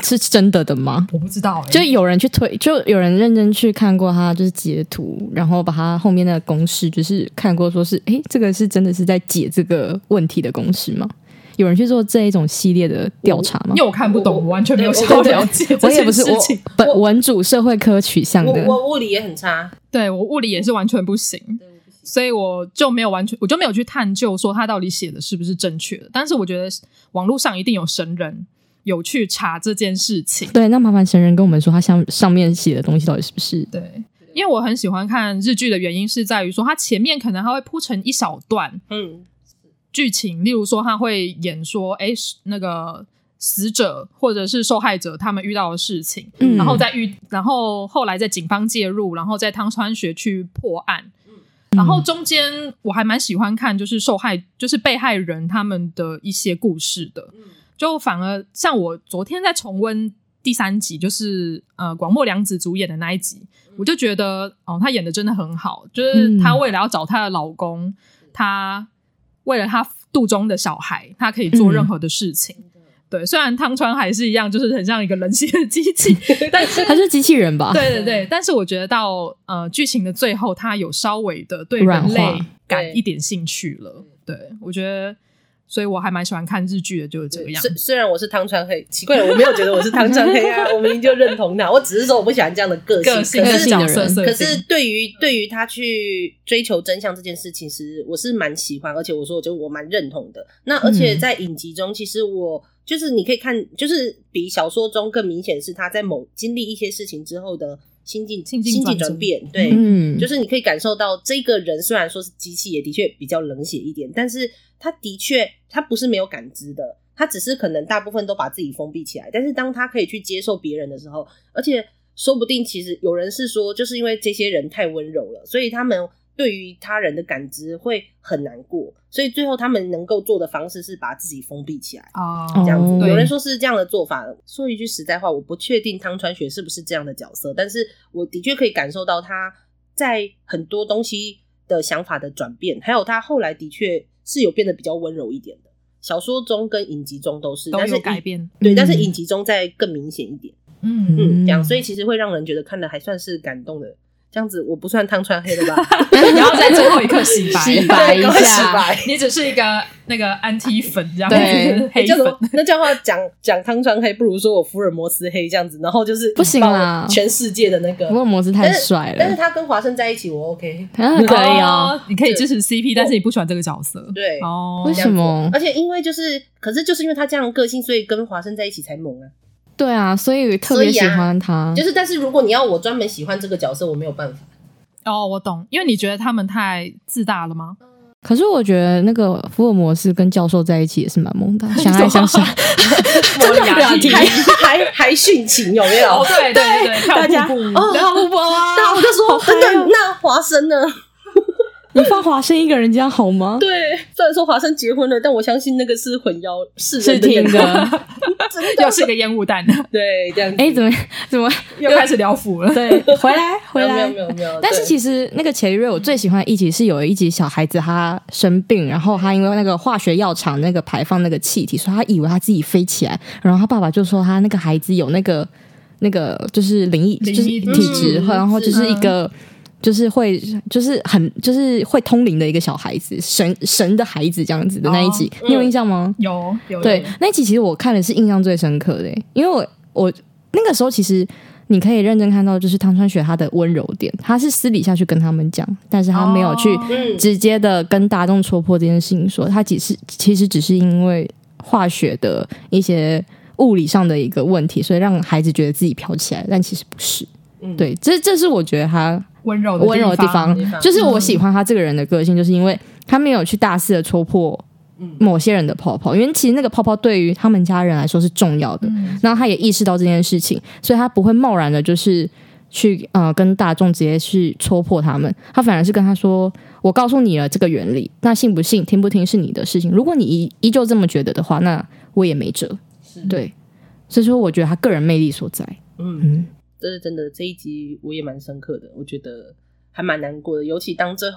是真的的吗？ 我不知道、欸， 就有人去推，就有人认真去看过他就是截图，然后把他后面那个公式就是看过，说是诶这个是真的是在解这个问题的公式吗？有人去做这一种系列的调查吗？ 因为我看不懂，我, 我完全没有想要了解这件事情。 我本文主社会科取向的， 我我物理也很差， 对我物理也是完全不行，所以我就没有完全，我就没有去探究说他到底写的是不是正确的。但是我觉得网络上一定有神人有去查这件事情。 对，那麻烦神人跟我们说，他上上面写的东西到底是不是？ 对。因为我很喜欢看日剧的原因是在于说，它前面可能它会铺成一小段，嗯。剧情，例如说他会演说诶那个死者或者是受害者他们遇到的事情、嗯、然后再遇然后后来在警方介入，然后在汤川学去破案、嗯、然后中间我还蛮喜欢看就是受害就是被害人他们的一些故事的、嗯、就反而像我昨天在重温第三集，就是呃广末凉子主演的那一集、嗯、我就觉得哦她演的真的很好，就是她为了要找她的老公、嗯、她为了他肚中的小孩，他可以做任何的事情、嗯、对，虽然汤川还是一样就是很像一个人形的机器但是他是机器人吧， 对对对，但是我觉得到呃剧情的最后他有稍微的对人类感一点兴趣了， 对, 对我觉得所以我还蛮喜欢看日剧的，就是这个样子。 虽然我是汤川黑，奇怪了，我没有觉得我是汤川黑啊，我明明就认同他，我只是说我不喜欢这样的个性， 个性跟角色设定。 可是对于对于他去追求真相这件事情，其实我是蛮喜欢，而且我说我觉得我蛮认同的。那而且在影集中，其实我就是你可以看，就是比小说中更明显是他在某经历一些事情之后的心境心境转变，对、嗯，就是你可以感受到这个人虽然说是机器，也的确比较冷血一点，但是他的确他不是没有感知的，他只是可能大部分都把自己封闭起来，但是当他可以去接受别人的时候，而且说不定其实有人是说就是因为这些人太温柔了，所以他们对于他人的感知会很难过，所以最后他们能够做的方式是把自己封闭起来、哦、这样子。有人说是这样的做法，说一句实在话，我不确定汤川学是不是这样的角色，但是我的确可以感受到他在很多东西的想法的转变，还有他后来的确是有变得比较温柔一点的，小说中跟影集中都是都有改变， 对、嗯、但是影集中再更明显一点，嗯嗯，这样，所以其实会让人觉得看的还算是感动的。这样子我不算汤川黑了吧你要在最后一刻洗白洗白一下你只是一个那个安 T 粉这样子，对， 黑粉、欸、那这样的话讲讲汤川黑不如说我福尔摩斯黑这样子，然后就是不行啦， 全世界的那个福尔摩斯太帅了， 但是他跟华生在一起我 OK、 啊、可以哦， 你可以支持 C P 但是你不喜欢这个角色， 对哦， 为什么？ 而且因为就是可是就是因为他这样的个性，所以跟华生在一起才猛啊， 对啊，所以特别喜欢他、 啊、就是但是如果你要我专门喜欢这个角色我没有办法。 哦，我懂，因为你觉得他们太自大了吗？ 可是我觉得那个福尔摩斯跟教授在一起也是蛮萌的，相爱相杀莫里亚蒂还还还殉情有没有、 哦、对对对对， 大家跳瀑布啊， 那我就说等等、哦、那华生呢你放华生一个人这样好吗？ 对，虽然说华生结婚了，但我相信那个是混淆世人的眼光， 真的又是个烟雾弹。 对，这样子。 哎、欸，怎么怎么又开始聊腐了？ 对，回来回来， 没有没有没有。 但是其实那个伽利略，我最喜欢的一集是有一集小孩子他生病，然后他因为那个化学药厂那个排放那个气体，所以他以为他自己飞起来，然后他爸爸就说他那个孩子有那个那个就是灵异，就是体质，嗯、然后就是一个。就是会就是很就是会通灵的一个小孩子，神神的孩子这样子的那一集、哦、你有印象吗？ 有有对，那一集其实我看的是印象最深刻的，因为我我那个时候其实你可以认真看到就是汤川学他的温柔点，他是私底下去跟他们讲，但是他没有去直接的跟大众戳破这件事情，说他只是其实只是因为化学的一些物理上的一个问题，所以让孩子觉得自己飘起来，但其实不是、嗯、对，这这是我觉得他温柔的温柔的地方，就是我喜欢他这个人的个性，就是因为他没有去大肆的戳破某些人的泡泡，因为其实那个泡泡对于他们家人来说是重要的，嗯、然后他也意识到这件事情，所以他不会贸然的就是去呃跟大众直接去戳破他们，他反而是跟他说我告诉你了这个原理，那信不信听不听是你的事情，如果你依依旧这么觉得的话，那我也没辙，对，所以说我觉得他个人魅力所在。嗯嗯， 这是真的，这一集我也蛮深刻的，我觉得还蛮难过的，尤其当最后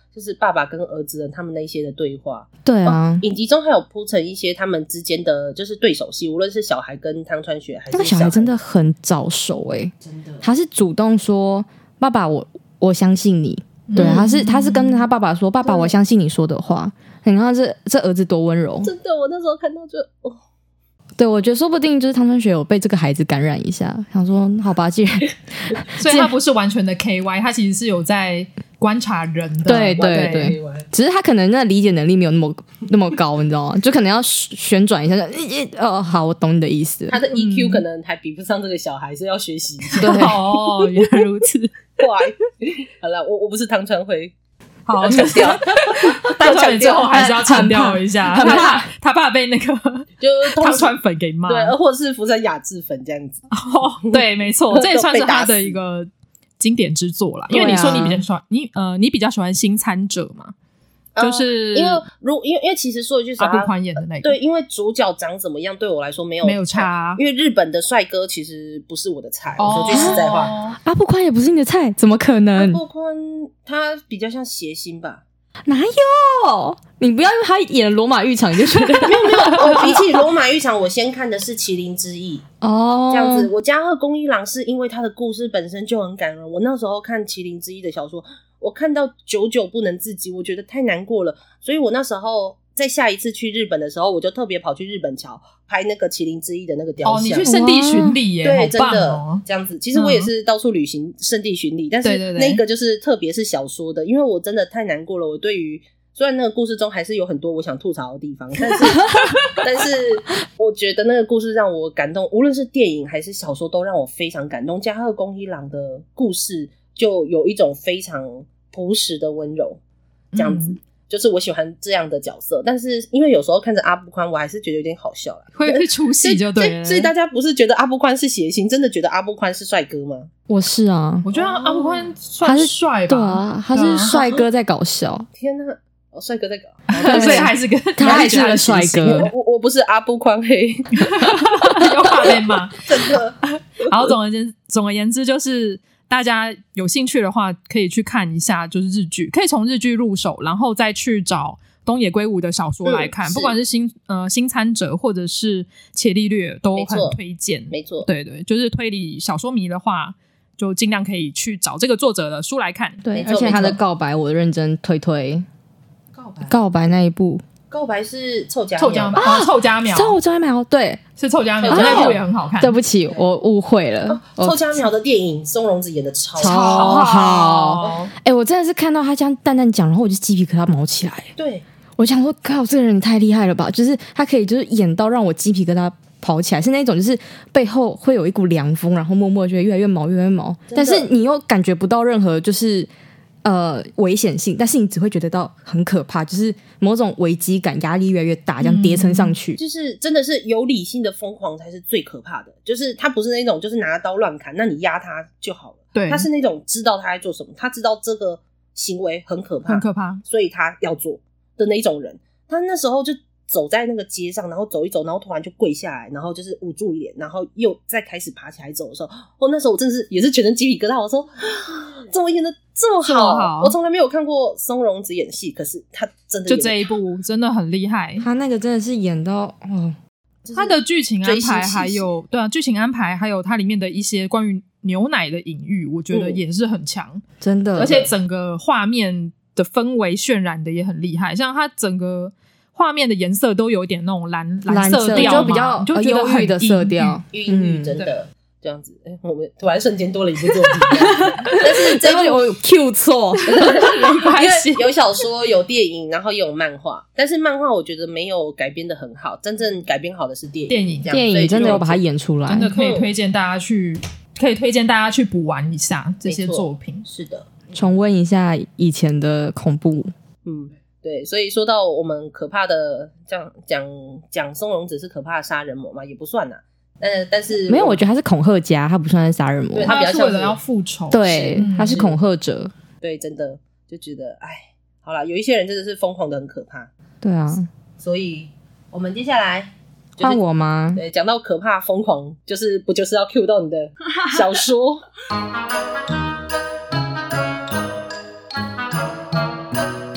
就是爸爸跟儿子的他们那些的对话。 对啊、 哦，影集中还有铺陈一些他们之间的就是对手戏，无论是小孩跟汤川学还是那个小孩真的很早熟诶、欸， 真的， 他是主动说爸爸我我相信你，对、嗯、他是他是跟他爸爸说爸爸我相信你说的话，你看这这儿子多温柔， 真的，我那时候看到就哦。 对，我觉得说不定就是汤川学有被这个孩子感染一下，想说好吧，既然所以他不是完全的 K Y， 他其实是有在观察人的， 对对对，只是他可能那理解能力没有那么那么高，你知道吗？就可能要旋转一下，哦，好，我懂你的意思。 他的 E Q 可能还比不上这个小孩，是要学习。 对， 哦，原来如此。 哇，好了，我我不是汤川辉。 好，强调，但是最后还是要强调一下，他怕他怕被那个就是汤川粉给骂， 对，或者是福山雅治粉这样子。 哦，对，没错，这也算是他的一个经典之作啦。因为你说你比较喜欢你呃，你比较喜欢新参者嘛？就是、 呃、因为如因为因为其实说一句实话， 阿部宽演的那个， 对，因为主角长怎么样对我来说没有没有差， 因为日本的帅哥其实不是我的菜。哦、说句实在话， 阿部宽也不是你的菜，怎么可能？ 阿部宽他比较像谐星吧。 哪有？你不要因为他演罗马浴场就觉得没有没有、哦、比起罗马浴场我先看的是麒麟之翼哦，这样子。我加贺恭一郎是因为他的故事本身就很感人，我那时候看麒麟之翼的小说，我看到久久不能自己，我觉得太难过了，所以我那时候在下一次去日本的时候，我就特别跑去日本桥拍那个麒麟之翼的那个雕像。 哦，你去圣地巡礼耶， 对，真的、 哦、 这样子。其实我也是到处旅行圣地巡礼、嗯，但是那个就是特别是小说的，因为我真的太难过了。我对于虽然那个故事中还是有很多我想吐槽的地方，但是但是我觉得那个故事让我感动，无论是电影还是小说都让我非常感动。加贺恭一郎的故事就有一种非常朴实的温柔，这样子。嗯，就是我喜欢这样的角色，但是因为有时候看着阿部宽我还是觉得有点好笑啦， 会会出戏就对了。 所以大家不是觉得阿部宽是谐星，真的觉得阿部宽是帅哥吗？ 我是啊， 我觉得阿部宽算帅吧， 对啊，他是帅哥在搞笑。 天哪，哦，帅哥在搞， 对，所以还是跟他还是个帅哥。 我我不是阿部宽黑， 又怕被骂， 真的。 然后总而言之，总而言之就是大家有兴趣的话，可以去看一下，就是日剧，可以从日剧入手，然后再去找东野圭吾的小说来看，嗯、不管是新呃新参者或者是伽利略都很推荐。 没错， 对对，就是推理小说迷的话，就尽量可以去找这个作者的书来看。 对，而且他的告白我认真推推。 告白， 告白那一部。 告白是臭家臭家苗啊，臭家苗， 臭家苗，对， 是臭家苗，那部也很好看。 对不起，我误会了。 哦、臭家苗的电影，松隆子演的超超好。哎、欸，我真的是看到他这样淡淡讲，然后我就鸡皮疙瘩毛起来。 对， 我想说，靠，这个人太厉害了吧！就是他可以，就是演到让我鸡皮疙瘩跑起来，是那种就是背后会有一股凉风，然后默默就会越来越毛，越来越毛，但是你又感觉不到任何就是。呃，危险性，但是你只会觉得到很可怕，就是某种危机感，压力越来越大，这样叠层上去、 嗯，就是真的是有理性的疯狂才是最可怕的。就是他不是那种就是拿刀乱砍，那你压他就好了。 对， 他是那种知道他在做什么，他知道这个行为很可怕， 很可怕， 所以他要做的那种人。他那时候就走在那个街上，然后走一走，然后突然就跪下来，然后就是捂住脸，然后又再开始爬起来走的时候，哦，那时候我真的是也是全身鸡皮疙瘩。我说，怎么演的这么好？ 这么好， 我从来没有看过松隆子演戏，可是他真的就这一部真的很厉害。 他那个真的是演到哦， 他的剧情安排还有对啊，剧情安排还有它里面的一些关于牛奶的隐喻，我觉得也是很强、嗯， 真的。 而且整个画面的氛围渲染的也很厉害，像它整个。画面的颜色都有一点那种蓝蓝色调， 就比较就觉得很的色调， 阴郁，真的这样子。欸、我们突然瞬间多了一部作品，但是这部有 Q 错， 没关系。 有小说，有电影，然后也有漫画，但是漫画我觉得没有改编的很好，真正改编好的是电影。 电影， 电影真的有把它演出来， 真的可以推荐大家去，嗯、可以推荐大家去补完一下这些作品。 是的， 重温一下以前的恐怖。 嗯。对，所以说到我们可怕的讲讲讲松隆子是可怕的杀人魔嘛，也不算啦。但但是没有，我觉得他是恐吓家，他不算是杀人魔。 对，他比较像是为了要复仇， 对、嗯，他是恐吓者。 对，真的就觉得，哎，好啦，有一些人真的是疯狂的很可怕。 对啊， 所以我们接下来换、就是、我吗？ 对，讲到可怕疯狂，就是不就是要 cue 到你的小说？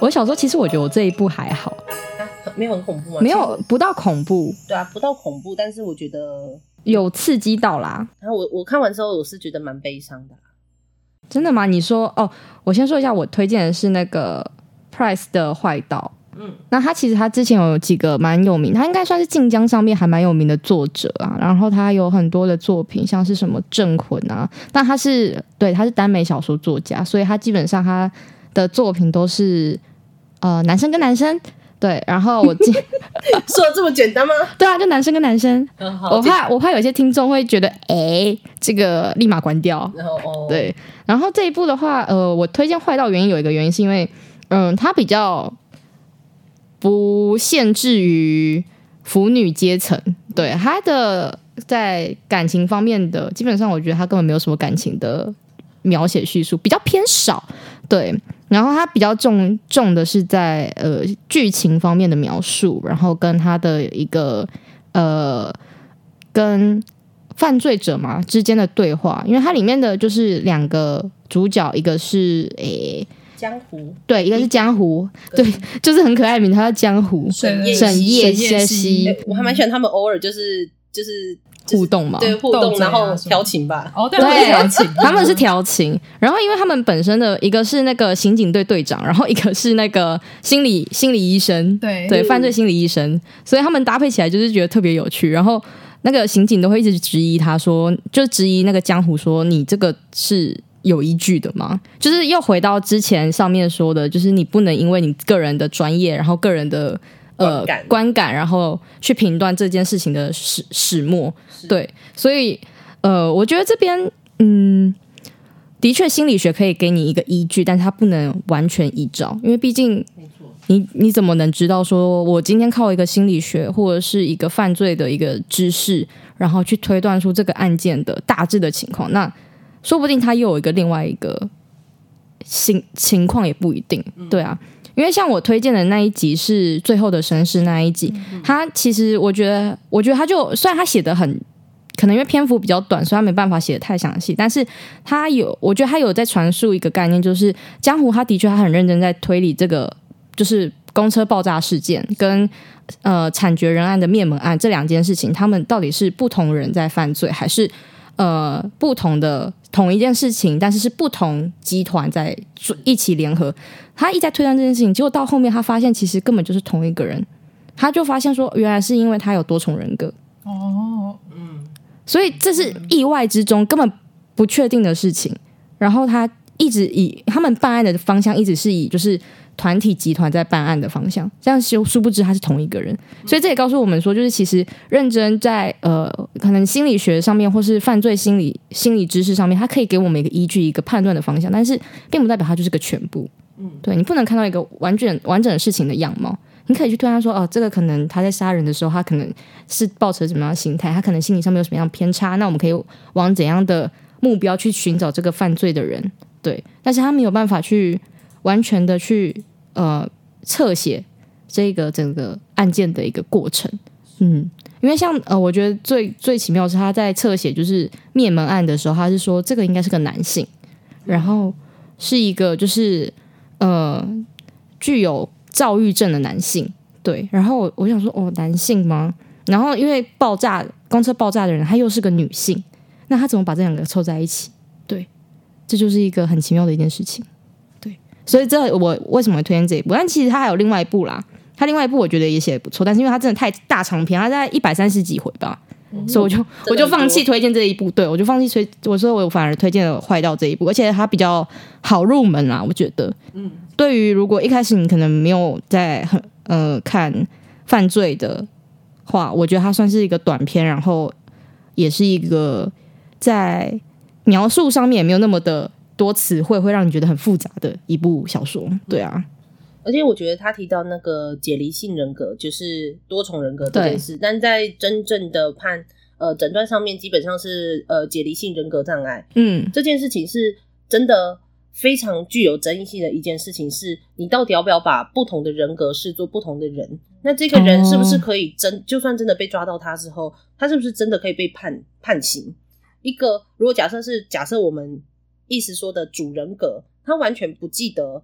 我小时候其实我觉得我这一部还好， 啊、没有很恐怖吗？ 没有，不到恐怖。 对啊，不到恐怖，但是我觉得有刺激到啦。 然后我我看完之后，我是觉得蛮悲伤的。 真的吗？你说哦，我先说一下，我推荐的是那个 Price 的坏盗。嗯，那他其实他之前有几个蛮有名，他应该算是晋江上面还蛮有名的作者啊。然后他有很多的作品，像是什么镇魂啊，但他是对他是耽美小说作家，所以他基本上他的作品都是呃男生跟男生。对，然后我记说的这么简单吗？ 对啊，就男生跟男生。 嗯、 我怕我怕有些听众会觉得，哎，这个立马关掉。 然后哦， 对，然后这一部的话，呃，我推荐坏盗原因有一个原因是因为，嗯、呃，它比较不限制于腐女阶层，对它的在感情方面的，基本上我觉得它根本没有什么感情的描写叙述，比较偏少。对，然后它比较重重的是在呃剧情方面的描述，然后跟它的一个呃跟犯罪者嘛之间的对话，因为它里面的就是两个主角，一个是诶江湖， 对，一个是江湖，对，就是很可爱的名字，他叫江湖沈夜沈夜夜夕、 欸，我还蛮喜欢他们偶尔就是就是。就是、 互动嘛， 对互动，然后调情吧。 哦，对，对调情， 他们是调情。然后，因为他们本身的一个是那个刑警队队长，然后一个是那个心理心理医生， 对对，犯罪心理医生，所以他们搭配起来就是觉得特别有趣。然后那个刑警都会一直质疑他说，就质疑那个江湖说，你这个是有依据的吗？就是又回到之前上面说的，就是你不能因为你个人的专业，然后个人的。呃， 观感, 观感，然后去评断这件事情的始始末，对，所以呃，我觉得这边嗯，的确心理学可以给你一个依据，但是它不能完全依照，因为毕竟你你怎么能知道说我今天靠一个心理学或者是一个犯罪的一个知识，然后去推断出这个案件的大致的情况？那说不定它又有一个另外一个情情况也不一定，对啊。因为像我推荐的那一集是最后的绅士那一集，他其实我觉得，我觉得他就虽然他写的很，可能因为篇幅比较短，所以他没办法写的太详细，但是他有，我觉得他有在传述一个概念，就是江湖他的确他很认真在推理这个，就是公车爆炸事件跟呃惨绝人案的灭门案这两件事情，他们到底是不同人在犯罪，还是呃不同的同一件事情，但是是不同集团在一起联合。他一直在推断这件事情，结果到后面他发现其实根本就是同一个人，他就发现说原来是因为他有多重人格。 哦， 嗯，所以这是意外之中根本不确定的事情。然后他一直以他们办案的方向一直是以就是团体集团在办案的方向，这样殊殊不知他是同一个人。所以这也告诉我们说，就是其实认真在呃可能心理学上面或是犯罪心理心理知识上面，它可以给我们一个依据一个判断的方向，但是并不代表它就是个全部。嗯，对，你不能看到一个完整完整的事情的样貌，你可以去推断说，哦，这个可能他在杀人的时候，他可能是抱持什么样的心态，他可能心理上面有什么样的偏差，那我们可以往怎样的目标去寻找这个犯罪的人，对，但是他没有办法去完全的去呃侧写这个整个案件的一个过程，嗯，因为像呃，我觉得最最奇妙的是他在侧写就是灭门案的时候，他是说这个应该是个男性，然后是一个就是呃具有躁郁症的男性，对，然后我我想说哦，男性吗？然后因为爆炸公车爆炸的人他又是个女性，那他怎么把这两个凑在一起？对，这就是一个很奇妙的一件事情。对，所以这我为什么会推荐这一部？但其实他还有另外一部啦，他另外一部我觉得也写得不错，但是因为他真的太大长篇，他在一百三十几回吧。嗯、所以我就我就放弃推荐这一部，对我就放弃推，我说我反而推荐了坏盗这一部，而且它比较好入门啦，我觉得。嗯，对于如果一开始你可能没有在很呃看犯罪的话，我觉得它算是一个短篇，然后也是一个在描述上面也没有那么的多词汇，会让你觉得很复杂的一部小说。对啊。 而且我觉得他提到那个解离性人格，就是多重人格这件事，但在真正的判呃诊断上面，基本上是呃解离性人格障碍。嗯，这件事情是真的非常具有争议性的一件事情，是你到底要不要把不同的人格视作不同的人？那这个人是不是可以真，哦、就算真的被抓到他之后，他是不是真的可以被判判刑？一个如果假设是假设我们意思说的主人格，他完全不记得。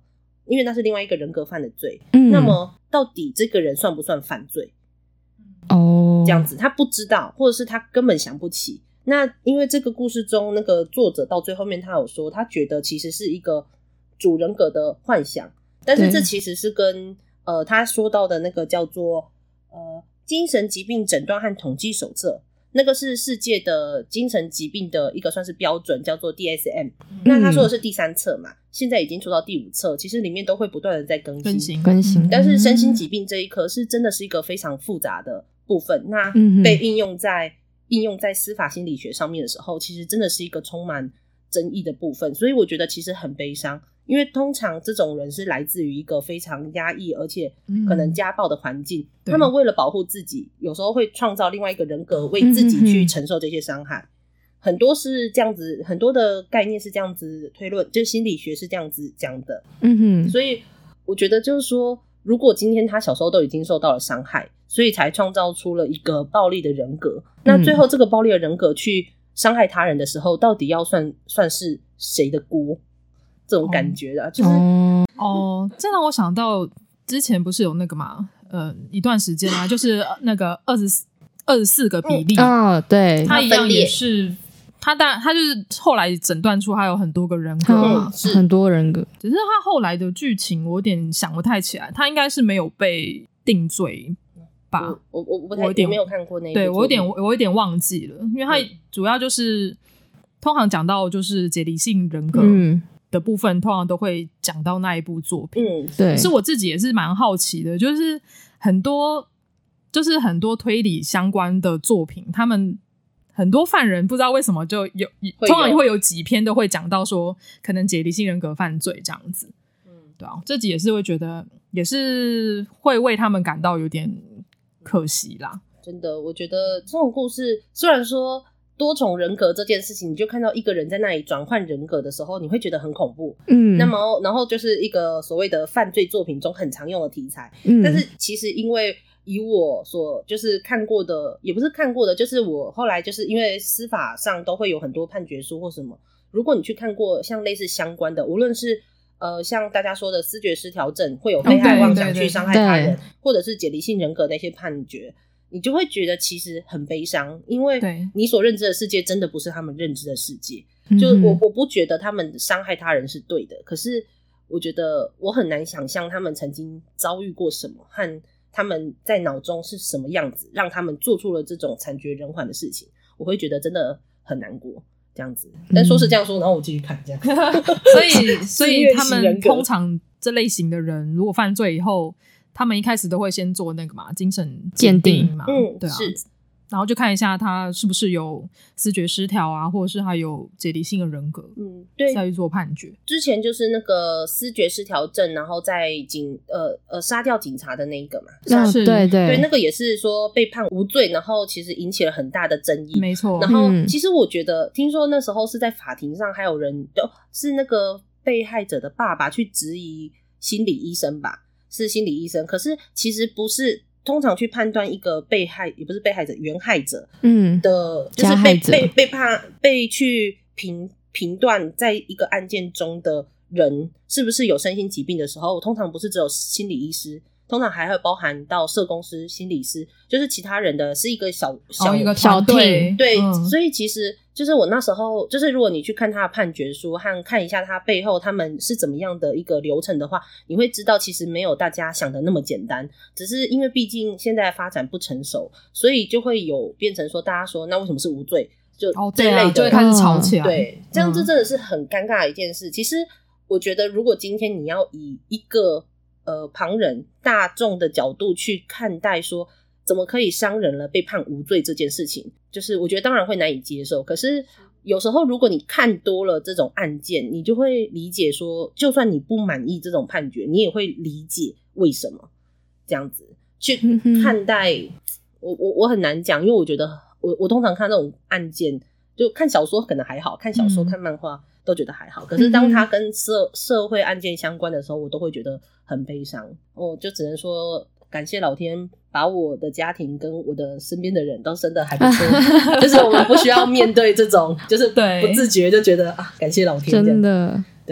因为那是另外一个人格犯的罪。 嗯， 那么到底这个人算不算犯罪？ 哦， 这样子他不知道，或者是他根本想不起。那因为这个故事中那个作者到最后面他有说，他觉得其实是一个主人格的幻想，但是这其实是跟呃他说到的那个叫做呃精神疾病诊断和统计手册，那个是世界的精神疾病的一个算是标准，叫做 D S M、嗯、那他说的是第三册嘛，现在已经出到第五册，其实里面都会不断的在更新更新更新， 但是身心疾病这一科是真的是一个非常复杂的部分，那被应用在、嗯、应用在司法心理学上面的时候，其实真的是一个充满争议的部分，所以我觉得其实很悲伤，因为通常这种人是来自于一个非常压抑而且可能家暴的环境、嗯、他们为了保护自己有时候会创造另外一个人格为自己去承受这些伤害、嗯、很多是这样子，很多的概念是这样子推论，就是心理学是这样子讲的。嗯哼，所以我觉得就是说，如果今天他小时候都已经受到了伤害，所以才创造出了一个暴力的人格，那最后这个暴力的人格去伤害他人的时候，到底要算算是谁的锅？这种感觉的、啊，就是哦，这让我想到之前不是有那个嘛，呃，一段时间啊，就是那个二十四二十四个比例啊、嗯哦，对， 他一样也是，他当然他就是后来诊断出他有很多个人格嘛， 嗯、是很多人格， 只是他后来的剧情我有点想不太起来，他应该是没有被定罪吧？ 我我我不太我有点没有看过那一部， 对我有点我有点忘记了，因为他主要就是、嗯、通常讲到就是解离性人格。嗯的部分通常都会讲到那一部作品，嗯， 对。 是我自己也是蛮好奇的，就是很多就是很多推理相关的作品，他们很多犯人不知道为什么就有，通常会有几篇都会讲到说可能解离性人格犯罪这样子，嗯，对啊，这集也是会觉得也是会为他们感到有点可惜啦。 真的，我觉得这种故事虽然说多重人格这件事情，你就看到一个人在那里转换人格的时候，你会觉得很恐怖。嗯，那么然后就是一个所谓的犯罪作品中很常用的题材。嗯，但是其实因为以我所就是看过的，也不是看过的，就是我后来就是因为司法上都会有很多判决书或什么，如果你去看过像类似相关的，无论是呃像大家说的思觉失调症会有被害妄想去伤害他人，或者是解离性人格那些判决，你就会觉得其实很悲伤，因为你所认知的世界真的不是他们认知的世界。就我我不觉得他们伤害他人是对的，可是我觉得我很难想象他们曾经遭遇过什么，和他们在脑中是什么样子，让他们做出了这种惨绝人寰的事情。我会觉得真的很难过这样子。但说是这样说，然后我继续看这样。 所以所以他们通常这类型的人，如果犯罪以后，他们一开始都会先做那个嘛，精神鉴定嘛， 嗯， 对啊， 是， 然后就看一下他是不是有思觉失调啊，或者是他有解离性的人格， 嗯，对， 再去做判决。 之前就是那个思觉失调症，然后在警呃呃杀掉警察的那一个嘛， 嗯，对对对，那个也是说被判无罪，然后其实引起了很大的争议， 没错。 然后其实我觉得，听说那时候是在法庭上还有人，是那个被害者的爸爸去质疑心理医生吧。是心理医生，可是其实不是通常去判断一个被害，也不是被害者，原害者，嗯的，就是被被被判被去评评断，在一个案件中的人是不是有身心疾病的时候，通常不是只有心理医师，通常还会包含到社工师、心理师，就是其他人的，是一个小小、 哦、一个小队， 对、嗯，所以其实就是我那时候，就是如果你去看他的判决书和看一下他背后他们是怎么样的一个流程的话，你会知道其实没有大家想的那么简单，只是因为毕竟现在发展不成熟，所以就会有变成说大家说那为什么是无罪，就这类的、 哦、对啊，就会开始吵起来， 对，这样子真的是很尴尬的一件事、嗯、其实我觉得如果今天你要以一个呃旁人大众的角度去看待说怎么可以伤人了被判无罪这件事情，就是我觉得当然会难以接受，可是有时候如果你看多了这种案件，你就会理解说就算你不满意这种判决，你也会理解为什么这样子去看待、嗯、我我我很难讲，因为我觉得我我通常看这种案件，就看小说可能还好，看小说、嗯、看漫画都觉得还好，可是当它跟社社会案件相关的时候，我都会觉得很悲伤。我就只能说感谢老天把我的家庭跟我的身边的人都生得还不错就是我们不需要面对这种就是不自觉就觉得啊，感谢老天， 真的对，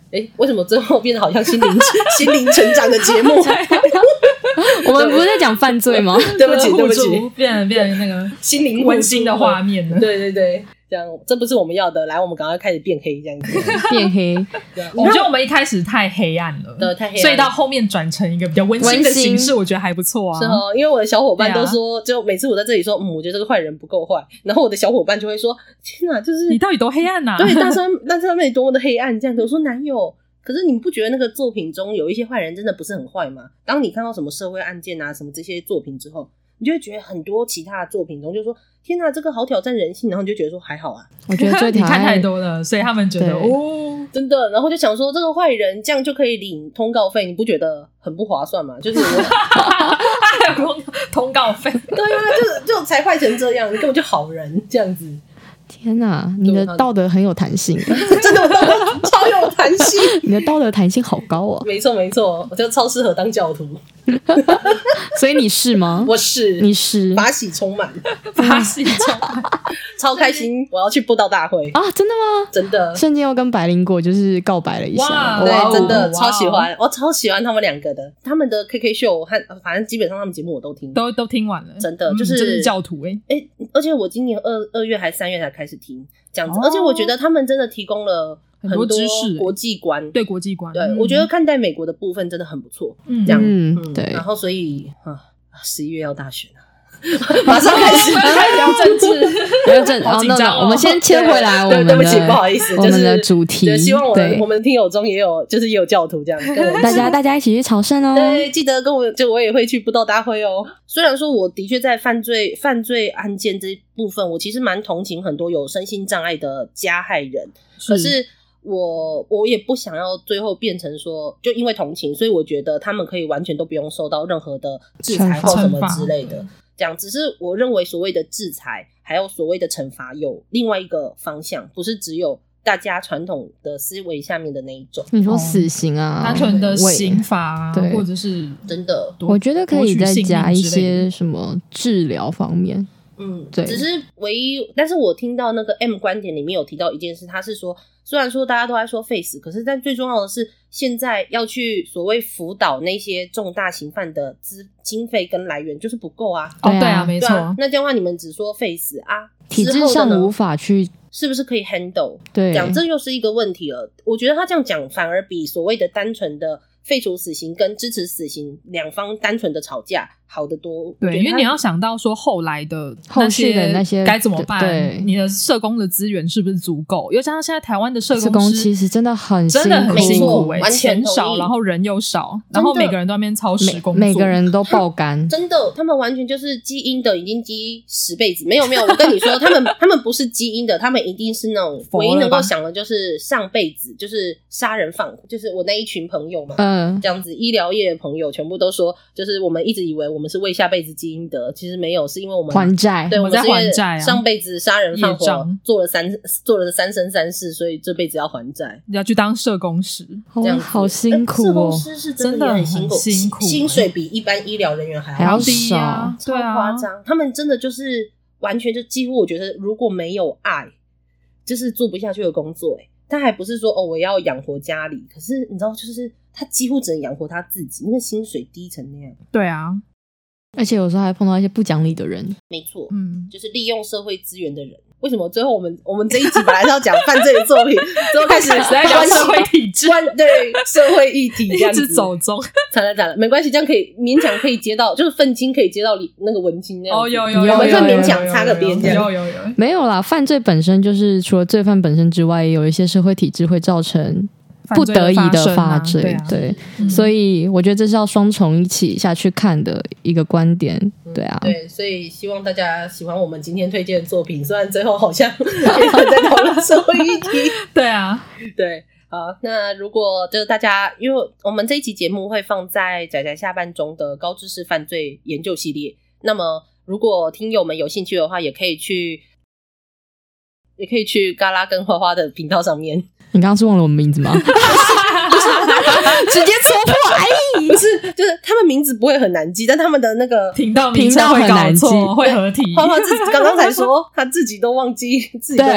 哎，为什么最后变得好像心灵心灵成长的节目？ 我们不是在讲犯罪吗？ 对不起，对不起， 变成变成那个心灵温馨的画面了。 对对对，这样这不是我们要的。来，我们赶快开始变黑，这样子变黑。 我觉得我们一开始太黑暗了， 对，太黑暗， 所以到后面转成一个比较温馨的形式，我觉得还不错啊。 是哦，因为我的小伙伴都说，啊、就每次我在这里说，嗯，我觉得这个坏人不够坏，然后我的小伙伴就会说，天哪，就是你到底多黑暗呐、啊？ 对，大山大山妹多么的黑暗，这样子。我说哪有？可是你不觉得那个作品中有一些坏人真的不是很坏吗？当你看到什么社会案件啊，什么这些作品之后，你就会觉得很多其他的作品中就说天哪，这个好挑战人性，然后你就觉得说还好啊。 我觉得最你看太多了，所以他们觉得哦， 真的，然后就想说这个坏人这样就可以领通告费，你不觉得很不划算吗？就是还不用通告费， 对啊，就就才坏成这样，你根本就好人这样子。 天哪，你的道德很有弹性， 真的，我道德超有弹性， 你的道德弹性好高哦。 没错没错，我就超适合当教徒。 所以你是吗？ 我是， 你是， 法喜充满， 法喜充满， 超开心！我要去布道大会啊！真的吗？ 真的， 瞬间又跟百灵果就是告白了一下， 对，真的超喜欢，我超喜欢他们两个的，他们的 K K 秀和反正基本上他们节目我都听， 都都听完了， 真的就是、 嗯、就是教徒哎、 欸、哎、欸，而且我今年二二月还三月才开始听这样子、哦，而且我觉得他们真的提供了很多知识、国际观， 对国际观， 对、 嗯、 我觉得看待美国的部分真的很不错， 嗯， 这样， 嗯，对， 然后所以啊，十一月要大选了。马上开始开始聊政治， 聊政治，好紧张、哦。我们先切回来我们的， 对不起，不好意思， 我们的主题。 就是、希望我们我们听友中也有，就是也有教徒这样，跟我大家大家一起去朝圣哦。 对，记得跟我，就我也会去布道大会哦。虽然说我的确在犯罪犯罪案件这部分，我其实蛮同情很多有身心障碍的加害人，是可是。我我也不想要最后变成说，就因为同情，所以我觉得他们可以完全都不用受到任何的制裁或什么之类的。这样，只是我认为所谓的制裁，还有所谓的惩罚，有另外一个方向，不是只有大家传统的思维下面的那一种。 你说死刑啊， 单纯的刑罚、啊， 对， 或者是真的， 我觉得可以再加一些什么治疗方面。 嗯，对，只是唯一，但是我听到那个 M 观点里面有提到一件事，他是说，虽然说大家都在说 face， 可是但最重要的是，现在要去所谓辅导那些重大刑犯的资经费跟来源就是不够啊。 哦，对啊，没错、 啊。那这样的话，你们只说 face 啊， 体制上无法去， 是不是可以 handle？ 对， 讲这又是一个问题了。我觉得他这样讲，反而比所谓的单纯的废除死刑跟支持死刑两方单纯的吵架好得多。 对，因为你要想到说后来的后续的那些该怎么办， 对， 你的社工的资源是不是足够？又加上现在台湾的社工师社工其实真的很辛苦真的很辛苦、欸， 完全钱少，然后人又少，然后每个人都在那边超时工作， 每个人都爆肝， 真的，他们完全就是基因的，已经积十辈子。没有没有，我跟你说，他们他们不是基因的，他们一定是那种唯一能够想的就是上辈子就是杀人放火，就是我那一群朋友嘛， 嗯， 这样子医疗业的朋友全部都说，就是我们一直以为我们是为下辈子基因的，其实没有，是因为我们还债， 对，我们在还债啊， 上辈子杀人放火做了三做了三生三世，所以这辈子要还债， 要去当社工师， 这样好辛苦哦。 社工师是真的也很辛苦， 辛苦， 薪水比一般医疗人员还还要低啊， 超夸张。他们真的就是完全就几乎，我觉得如果没有爱，就是做不下去的工作。哎，他还不是说哦我要养活家里，可是你知道，就是他几乎只能养活他自己，因为薪水低成那样。 对啊。 而且有时候还碰到一些不讲理的人， 没错， 嗯， 就是利用社会资源的人。为什么最后我们我们这一集本来是要讲犯罪的作品，最后开始在讲社会体制， 对社会议题这样子， 一直走中， 惨了惨了，没关系，这样可以勉强可以接到，就是愤青可以接到那个文青那样子。 哦，有有有， 我们就勉强插个边，这样有有有， 没有啦。犯罪本身就是除了罪犯本身之外，也有一些社会体制会造成不得已的发罪，对, 啊对、嗯，所以我觉得这是要双重一起下去看的一个观点，对啊， 对，所以希望大家喜欢我们今天推荐的作品，虽然最后好像变成在讨论社会议题， 对啊， 对，好，那如果就是大家，因为我们这一期节目会放在宅宅下半中的高知识犯罪研究系列，那么如果听友们有兴趣的话，也可以去，也可以去嘎啦跟花花的频道上面。 你刚刚是忘了我们名字吗？不是，直接戳破！哎， 不是，就是他们名字不会很难记，但他们的那个频道名称会搞错，会合体。 花花自己刚刚才说他自己都忘记自己的。 对，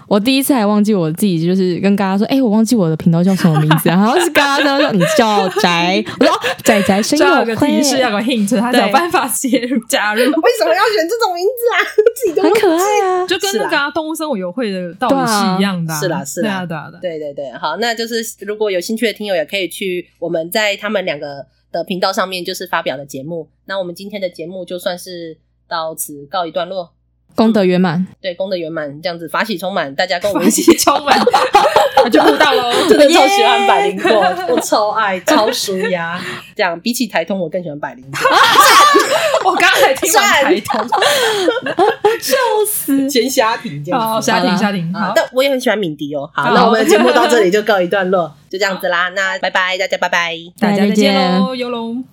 我第一次还忘记我自己，就是跟嘎嘎说，哎、欸，我忘记我的频道叫什么名字、啊，然后是嘎嘎说你叫宅，我说宅宅声友会， 要个提示，要个 hint， 他才有办法接入加入。 为什么要选这种名字啊？自己都很可爱啊， 就跟那个、啊、动物生活友会的道理是一样的、啊。 是啦，是啦， 对啊，对啊， 对对对。好，那就是如果有兴趣的听友也可以去我们在他们两个的频道上面就是发表的节目。那我们今天的节目就算是到此告一段落。 功德圆满、嗯， 对，功德圆满，这样子法喜充满，大家跟我们一起充满，我就悟到喽！ 真的超喜欢百灵果，我超爱，超舒压。这样比起台通，我更喜欢百灵果。 我刚才听完台通， 笑死！ 先瞎停，这样子。 好，瞎停，瞎停。好， 但我也很喜欢敏迪哦。好，那我们的节目到这里就告一段落，就这样子啦。那拜拜，大家拜拜， 大家再见喽，游龙。